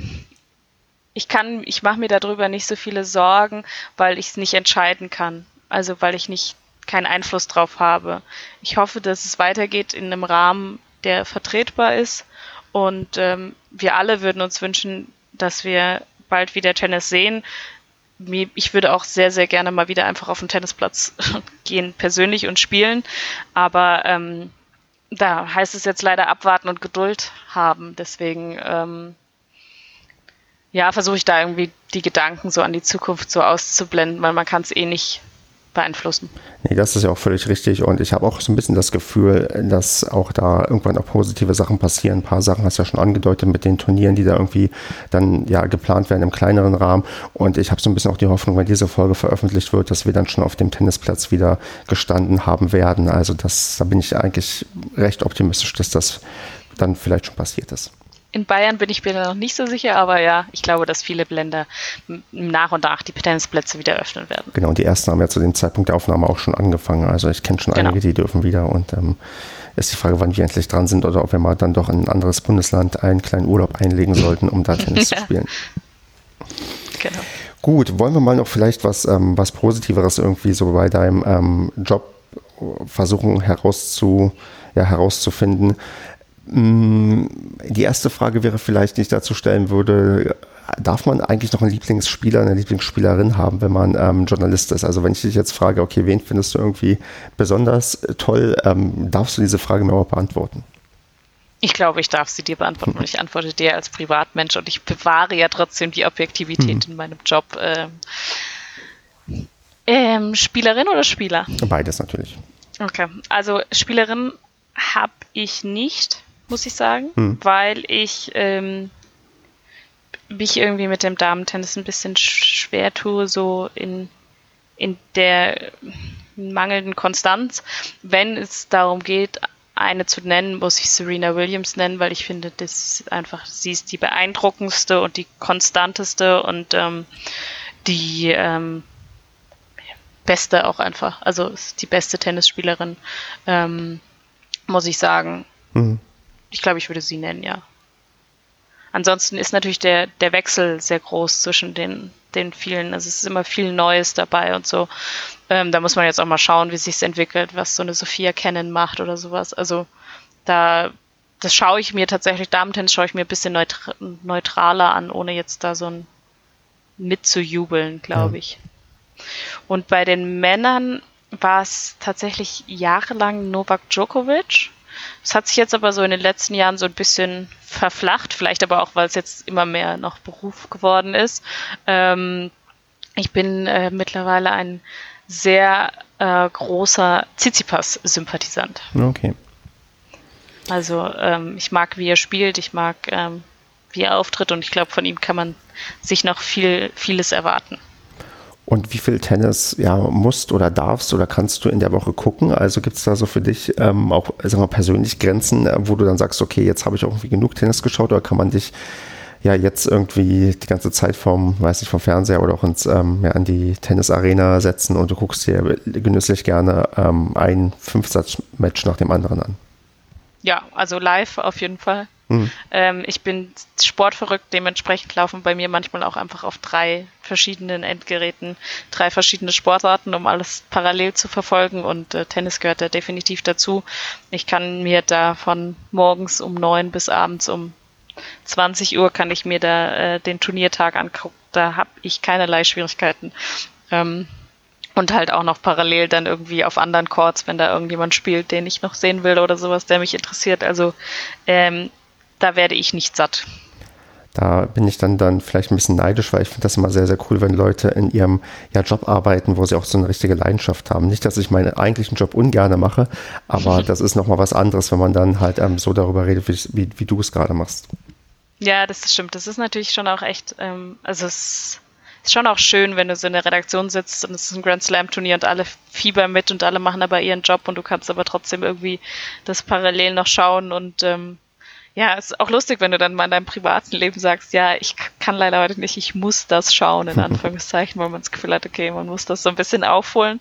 mache mir darüber nicht so viele Sorgen, weil ich es nicht entscheiden kann. Also weil ich keinen Einfluss drauf habe. Ich hoffe, dass es weitergeht in einem Rahmen, der vertretbar ist. Und wir alle würden uns wünschen, dass wir bald wieder Tennis sehen. Ich würde auch sehr, sehr gerne mal wieder einfach auf den Tennisplatz gehen, persönlich und spielen. Aber da heißt es jetzt leider abwarten und Geduld haben. Deswegen versuche ich da irgendwie die Gedanken so an die Zukunft so auszublenden, weil man kann es eh nicht beeinflussen. Nee, das ist ja auch völlig richtig und ich habe auch so ein bisschen das Gefühl, dass auch da irgendwann auch positive Sachen passieren. Ein paar Sachen hast du ja schon angedeutet mit den Turnieren, die da irgendwie dann geplant werden im kleineren Rahmen und ich habe so ein bisschen auch die Hoffnung, wenn diese Folge veröffentlicht wird, dass wir dann schon auf dem Tennisplatz wieder gestanden haben werden. Also da bin ich eigentlich recht optimistisch, dass das dann vielleicht schon passiert ist. In Bayern bin ich mir noch nicht so sicher, aber ja, ich glaube, dass viele Länder nach und nach die Tennisplätze wieder öffnen werden. Genau, und die ersten haben ja zu dem Zeitpunkt der Aufnahme auch schon angefangen. Also ich kenne schon einige, die dürfen wieder und ist die Frage, wann wir endlich dran sind oder ob wir mal dann doch in ein anderes Bundesland einen kleinen Urlaub einlegen sollten, um da Tennis zu spielen. Genau. Gut, wollen wir mal noch vielleicht was Positiveres irgendwie so bei deinem Job versuchen herauszufinden. Die erste Frage wäre vielleicht, die ich dazu stellen würde, darf man eigentlich noch einen Lieblingsspieler, eine Lieblingsspielerin haben, wenn man Journalist ist? Also wenn ich dich jetzt frage, okay, wen findest du irgendwie besonders toll, darfst du diese Frage mir auch beantworten? Ich glaube, ich darf sie dir beantworten und ich antworte dir als Privatmensch und ich bewahre ja trotzdem die Objektivität in meinem Job. Spielerin oder Spieler? Beides natürlich. Okay, also Spielerin habe ich nicht, muss ich sagen, weil ich mich irgendwie mit dem Damentennis ein bisschen schwer tue, so in der mangelnden Konstanz. Wenn es darum geht, eine zu nennen, muss ich Serena Williams nennen, weil ich finde, sie ist die beeindruckendste und die konstanteste und die beste auch einfach. Also ist die beste Tennisspielerin, muss ich sagen. Ich glaube, ich würde sie nennen, ja. Ansonsten ist natürlich der Wechsel sehr groß zwischen den vielen. Also es ist immer viel Neues dabei und so. Da muss man jetzt auch mal schauen, wie es sich entwickelt, was so eine Sophia Kenin macht oder sowas. Also das schaue ich mir tatsächlich, Damen-Tennis schaue ich mir ein bisschen neutraler an, ohne jetzt da so ein mitzujubeln, glaube ich. Und bei den Männern war es tatsächlich jahrelang Novak Djokovic. Das hat sich jetzt aber so in den letzten Jahren so ein bisschen verflacht, vielleicht aber auch, weil es jetzt immer mehr noch Beruf geworden ist. Ich bin mittlerweile ein sehr großer Tsitsipas-Sympathisant. Okay. Also ich mag, wie er spielt, ich mag, wie er auftritt und ich glaube, von ihm kann man sich noch vieles erwarten. Und wie viel Tennis musst oder darfst oder kannst du in der Woche gucken? Also gibt es da so für dich auch, sagen wir, persönlich Grenzen, wo du dann sagst, okay, jetzt habe ich auch irgendwie genug Tennis geschaut, oder kann man dich jetzt irgendwie die ganze Zeit vom Fernseher oder auch an die Tennisarena setzen und du guckst dir genüsslich gerne ein 5-Satz-Match nach dem anderen an? Ja, also live auf jeden Fall. Ich bin sportverrückt, dementsprechend laufen bei mir manchmal auch einfach auf 3 verschiedenen Endgeräten 3 verschiedene Sportarten, um alles parallel zu verfolgen, und Tennis gehört da definitiv dazu. Ich kann mir da von morgens um 9 bis abends um 20 Uhr kann ich mir da den Turniertag angucken. Da habe ich keinerlei Schwierigkeiten. Und halt auch noch parallel dann irgendwie auf anderen Courts, wenn da irgendjemand spielt, den ich noch sehen will oder sowas, der mich interessiert. Also da werde ich nicht satt. Da bin ich dann vielleicht ein bisschen neidisch, weil ich finde das immer sehr, sehr cool, wenn Leute in ihrem Job arbeiten, wo sie auch so eine richtige Leidenschaft haben. Nicht, dass ich meinen eigentlichen Job ungerne mache, aber das ist nochmal was anderes, wenn man dann halt so darüber redet, wie du es gerade machst. Ja, das stimmt. Das ist natürlich schon auch echt, also es ist schon auch schön, wenn du so in der Redaktion sitzt und es ist ein Grand Slam Turnier und alle fiebern mit und alle machen aber ihren Job und du kannst aber trotzdem irgendwie das parallel noch schauen und ja, es ist auch lustig, wenn du dann mal in deinem privaten Leben sagst, ja, ich kann leider heute nicht, ich muss das schauen, in Anführungszeichen, weil man das Gefühl hat, okay, man muss das so ein bisschen aufholen.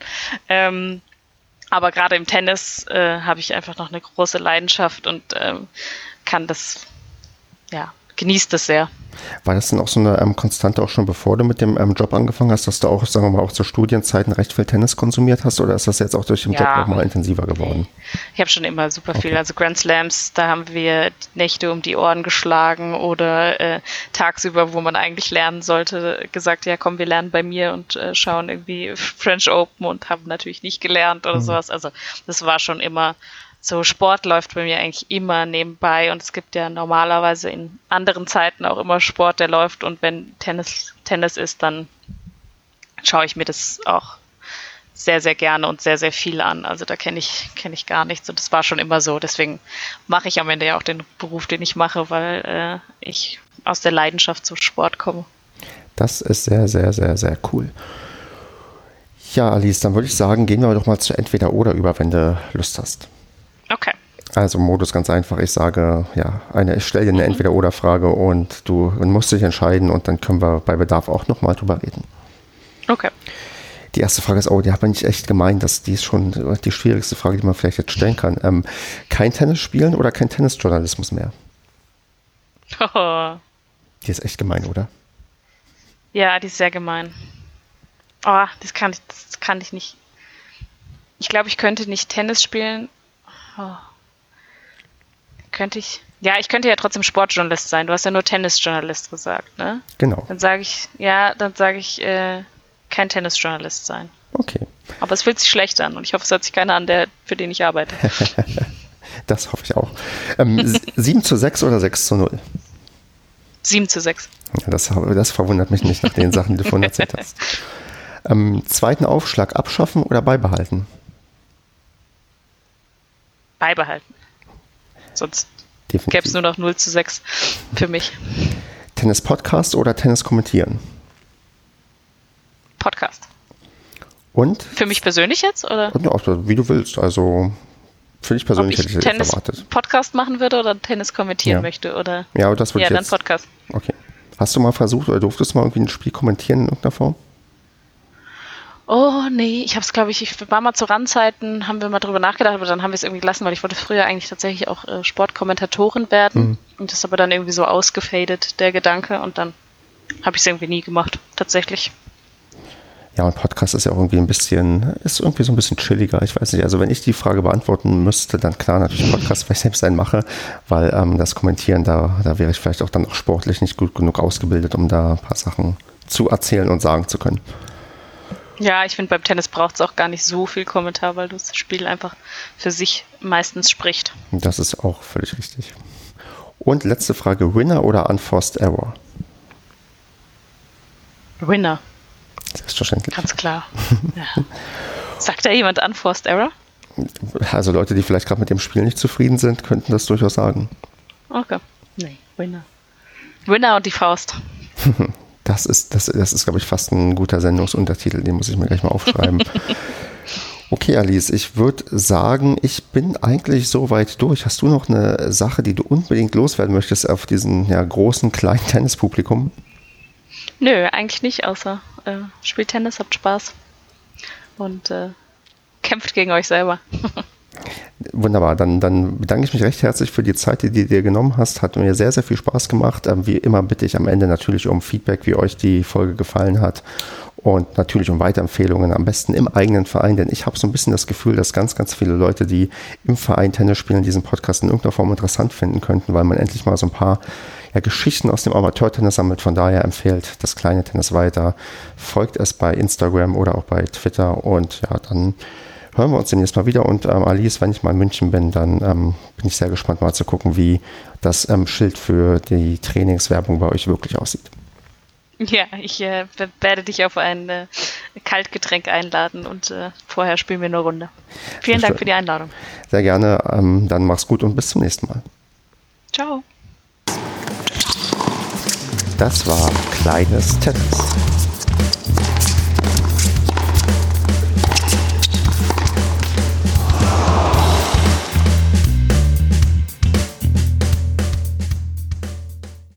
Aber gerade im Tennis habe ich einfach noch eine große Leidenschaft und kann das, ja, genießt es sehr. War das denn auch so eine Konstante auch schon bevor du mit dem Job angefangen hast, dass du auch, sagen wir mal, auch zu Studienzeiten recht viel Tennis konsumiert hast, oder ist das jetzt auch durch den Job nochmal intensiver geworden? Ich habe schon immer super viel, also Grand Slams, da haben wir Nächte um die Ohren geschlagen oder tagsüber, wo man eigentlich lernen sollte, gesagt, ja komm, wir lernen bei mir und schauen irgendwie French Open und haben natürlich nicht gelernt oder sowas. Also das war schon immer so, Sport läuft bei mir eigentlich immer nebenbei und es gibt ja normalerweise in anderen Zeiten auch immer Sport, der läuft, und wenn Tennis ist, dann schaue ich mir das auch sehr, sehr gerne und sehr, sehr viel an. Also da kenne ich gar nichts und das war schon immer so. Deswegen mache ich am Ende ja auch den Beruf, den ich mache, weil ich aus der Leidenschaft zum Sport komme. Das ist sehr, sehr, sehr, sehr cool. Ja, Alice, dann würde ich sagen, gehen wir doch mal zu Entweder oder über, wenn du Lust hast. Okay. Also Modus ganz einfach. Ich sage, ja, ich stelle dir eine Entweder-oder-Frage und du musst dich entscheiden und dann können wir bei Bedarf auch nochmal drüber reden. Okay. Die erste Frage ist, die hat man nicht echt gemeint, die ist schon die schwierigste Frage, die man vielleicht jetzt stellen kann. Kein Tennis spielen oder kein Tennisjournalismus mehr? Oh. Die ist echt gemein, oder? Ja, die ist sehr gemein. Oh, das kann ich nicht. Ich glaube, ich könnte nicht Tennis spielen. Oh. Ich könnte ja trotzdem Sportjournalist sein. Du hast ja nur Tennisjournalist gesagt, ne? Genau. Dann sage ich kein Tennisjournalist sein. Okay. Aber es fühlt sich schlecht an und ich hoffe, es hört sich keiner an, für den ich arbeite. Das hoffe ich auch. 7:6 oder 6:0? 7:6. Ja, das verwundert mich nicht nach den Sachen, die du vorhin erzählt hast. Zweiten Aufschlag abschaffen oder beibehalten? Beibehalten. Sonst Definitiv. gäbe es nur noch 0:6 für mich. Tennis-Podcast oder Tennis kommentieren? Podcast. Und? Für mich persönlich jetzt? Oder? Ja, wie du willst. Also für dich persönlich hätte ich das jetzt erwartet. Tennis-Podcast machen würde oder Tennis kommentieren möchte? Oder? Ja, das würde ich jetzt. Ja, dann Podcast. Okay. Hast du mal versucht oder durftest du mal irgendwie ein Spiel kommentieren in irgendeiner Form? Oh, nee, ich war mal zu Randzeiten, haben wir mal drüber nachgedacht, aber dann haben wir es irgendwie gelassen, weil ich wollte früher eigentlich tatsächlich auch Sportkommentatorin werden. Und das ist aber dann irgendwie so ausgefadet, der Gedanke, und dann habe ich es irgendwie nie gemacht, tatsächlich. Ja, und Podcast ist ja auch irgendwie so ein bisschen chilliger. Ich weiß nicht, also wenn ich die Frage beantworten müsste, dann klar natürlich Podcast, weil ich selbst einen mache, weil das Kommentieren, da wäre ich vielleicht auch dann auch sportlich nicht gut genug ausgebildet, um da ein paar Sachen zu erzählen und sagen zu können. Ja, ich finde, beim Tennis braucht es auch gar nicht so viel Kommentar, weil das Spiel einfach für sich meistens spricht. Das ist auch völlig richtig. Und letzte Frage, Winner oder Unforced Error? Winner. Selbstverständlich. Ganz klar. Ja. Sagt da jemand Unforced Error? Also Leute, die vielleicht gerade mit dem Spiel nicht zufrieden sind, könnten das durchaus sagen. Okay. Nee, Winner. Winner und die Faust. Das ist, glaube ich, fast ein guter Sendungsuntertitel, den muss ich mir gleich mal aufschreiben. Okay, Alice, ich würde sagen, ich bin eigentlich soweit durch. Hast du noch eine Sache, die du unbedingt loswerden möchtest auf diesen großen, kleinen Tennispublikum? Nö, eigentlich nicht, außer spielt Tennis, habt Spaß und kämpft gegen euch selber. Wunderbar, dann bedanke ich mich recht herzlich für die Zeit, die du dir genommen hast. Hat mir sehr, sehr viel Spaß gemacht. Wie immer bitte ich am Ende natürlich um Feedback, wie euch die Folge gefallen hat. Und natürlich um Weiterempfehlungen, am besten im eigenen Verein, denn ich habe so ein bisschen das Gefühl, dass ganz, ganz viele Leute, die im Verein Tennis spielen, diesen Podcast in irgendeiner Form interessant finden könnten, weil man endlich mal so ein paar Geschichten aus dem Amateurtennis sammelt. Von daher empfehlt das kleine Tennis weiter. Folgt es bei Instagram oder auch bei Twitter und ja, dann hören wir uns demnächst mal wieder. Und Alice, wenn ich mal in München bin, dann bin ich sehr gespannt mal zu gucken, wie das Schild für die Trainingswerbung bei euch wirklich aussieht. Ja, ich werde dich auf ein Kaltgetränk einladen und vorher spielen wir eine Runde. Vielen Dank für die Einladung. Sehr gerne. Dann mach's gut und bis zum nächsten Mal. Ciao. Das war Kleines Tennis.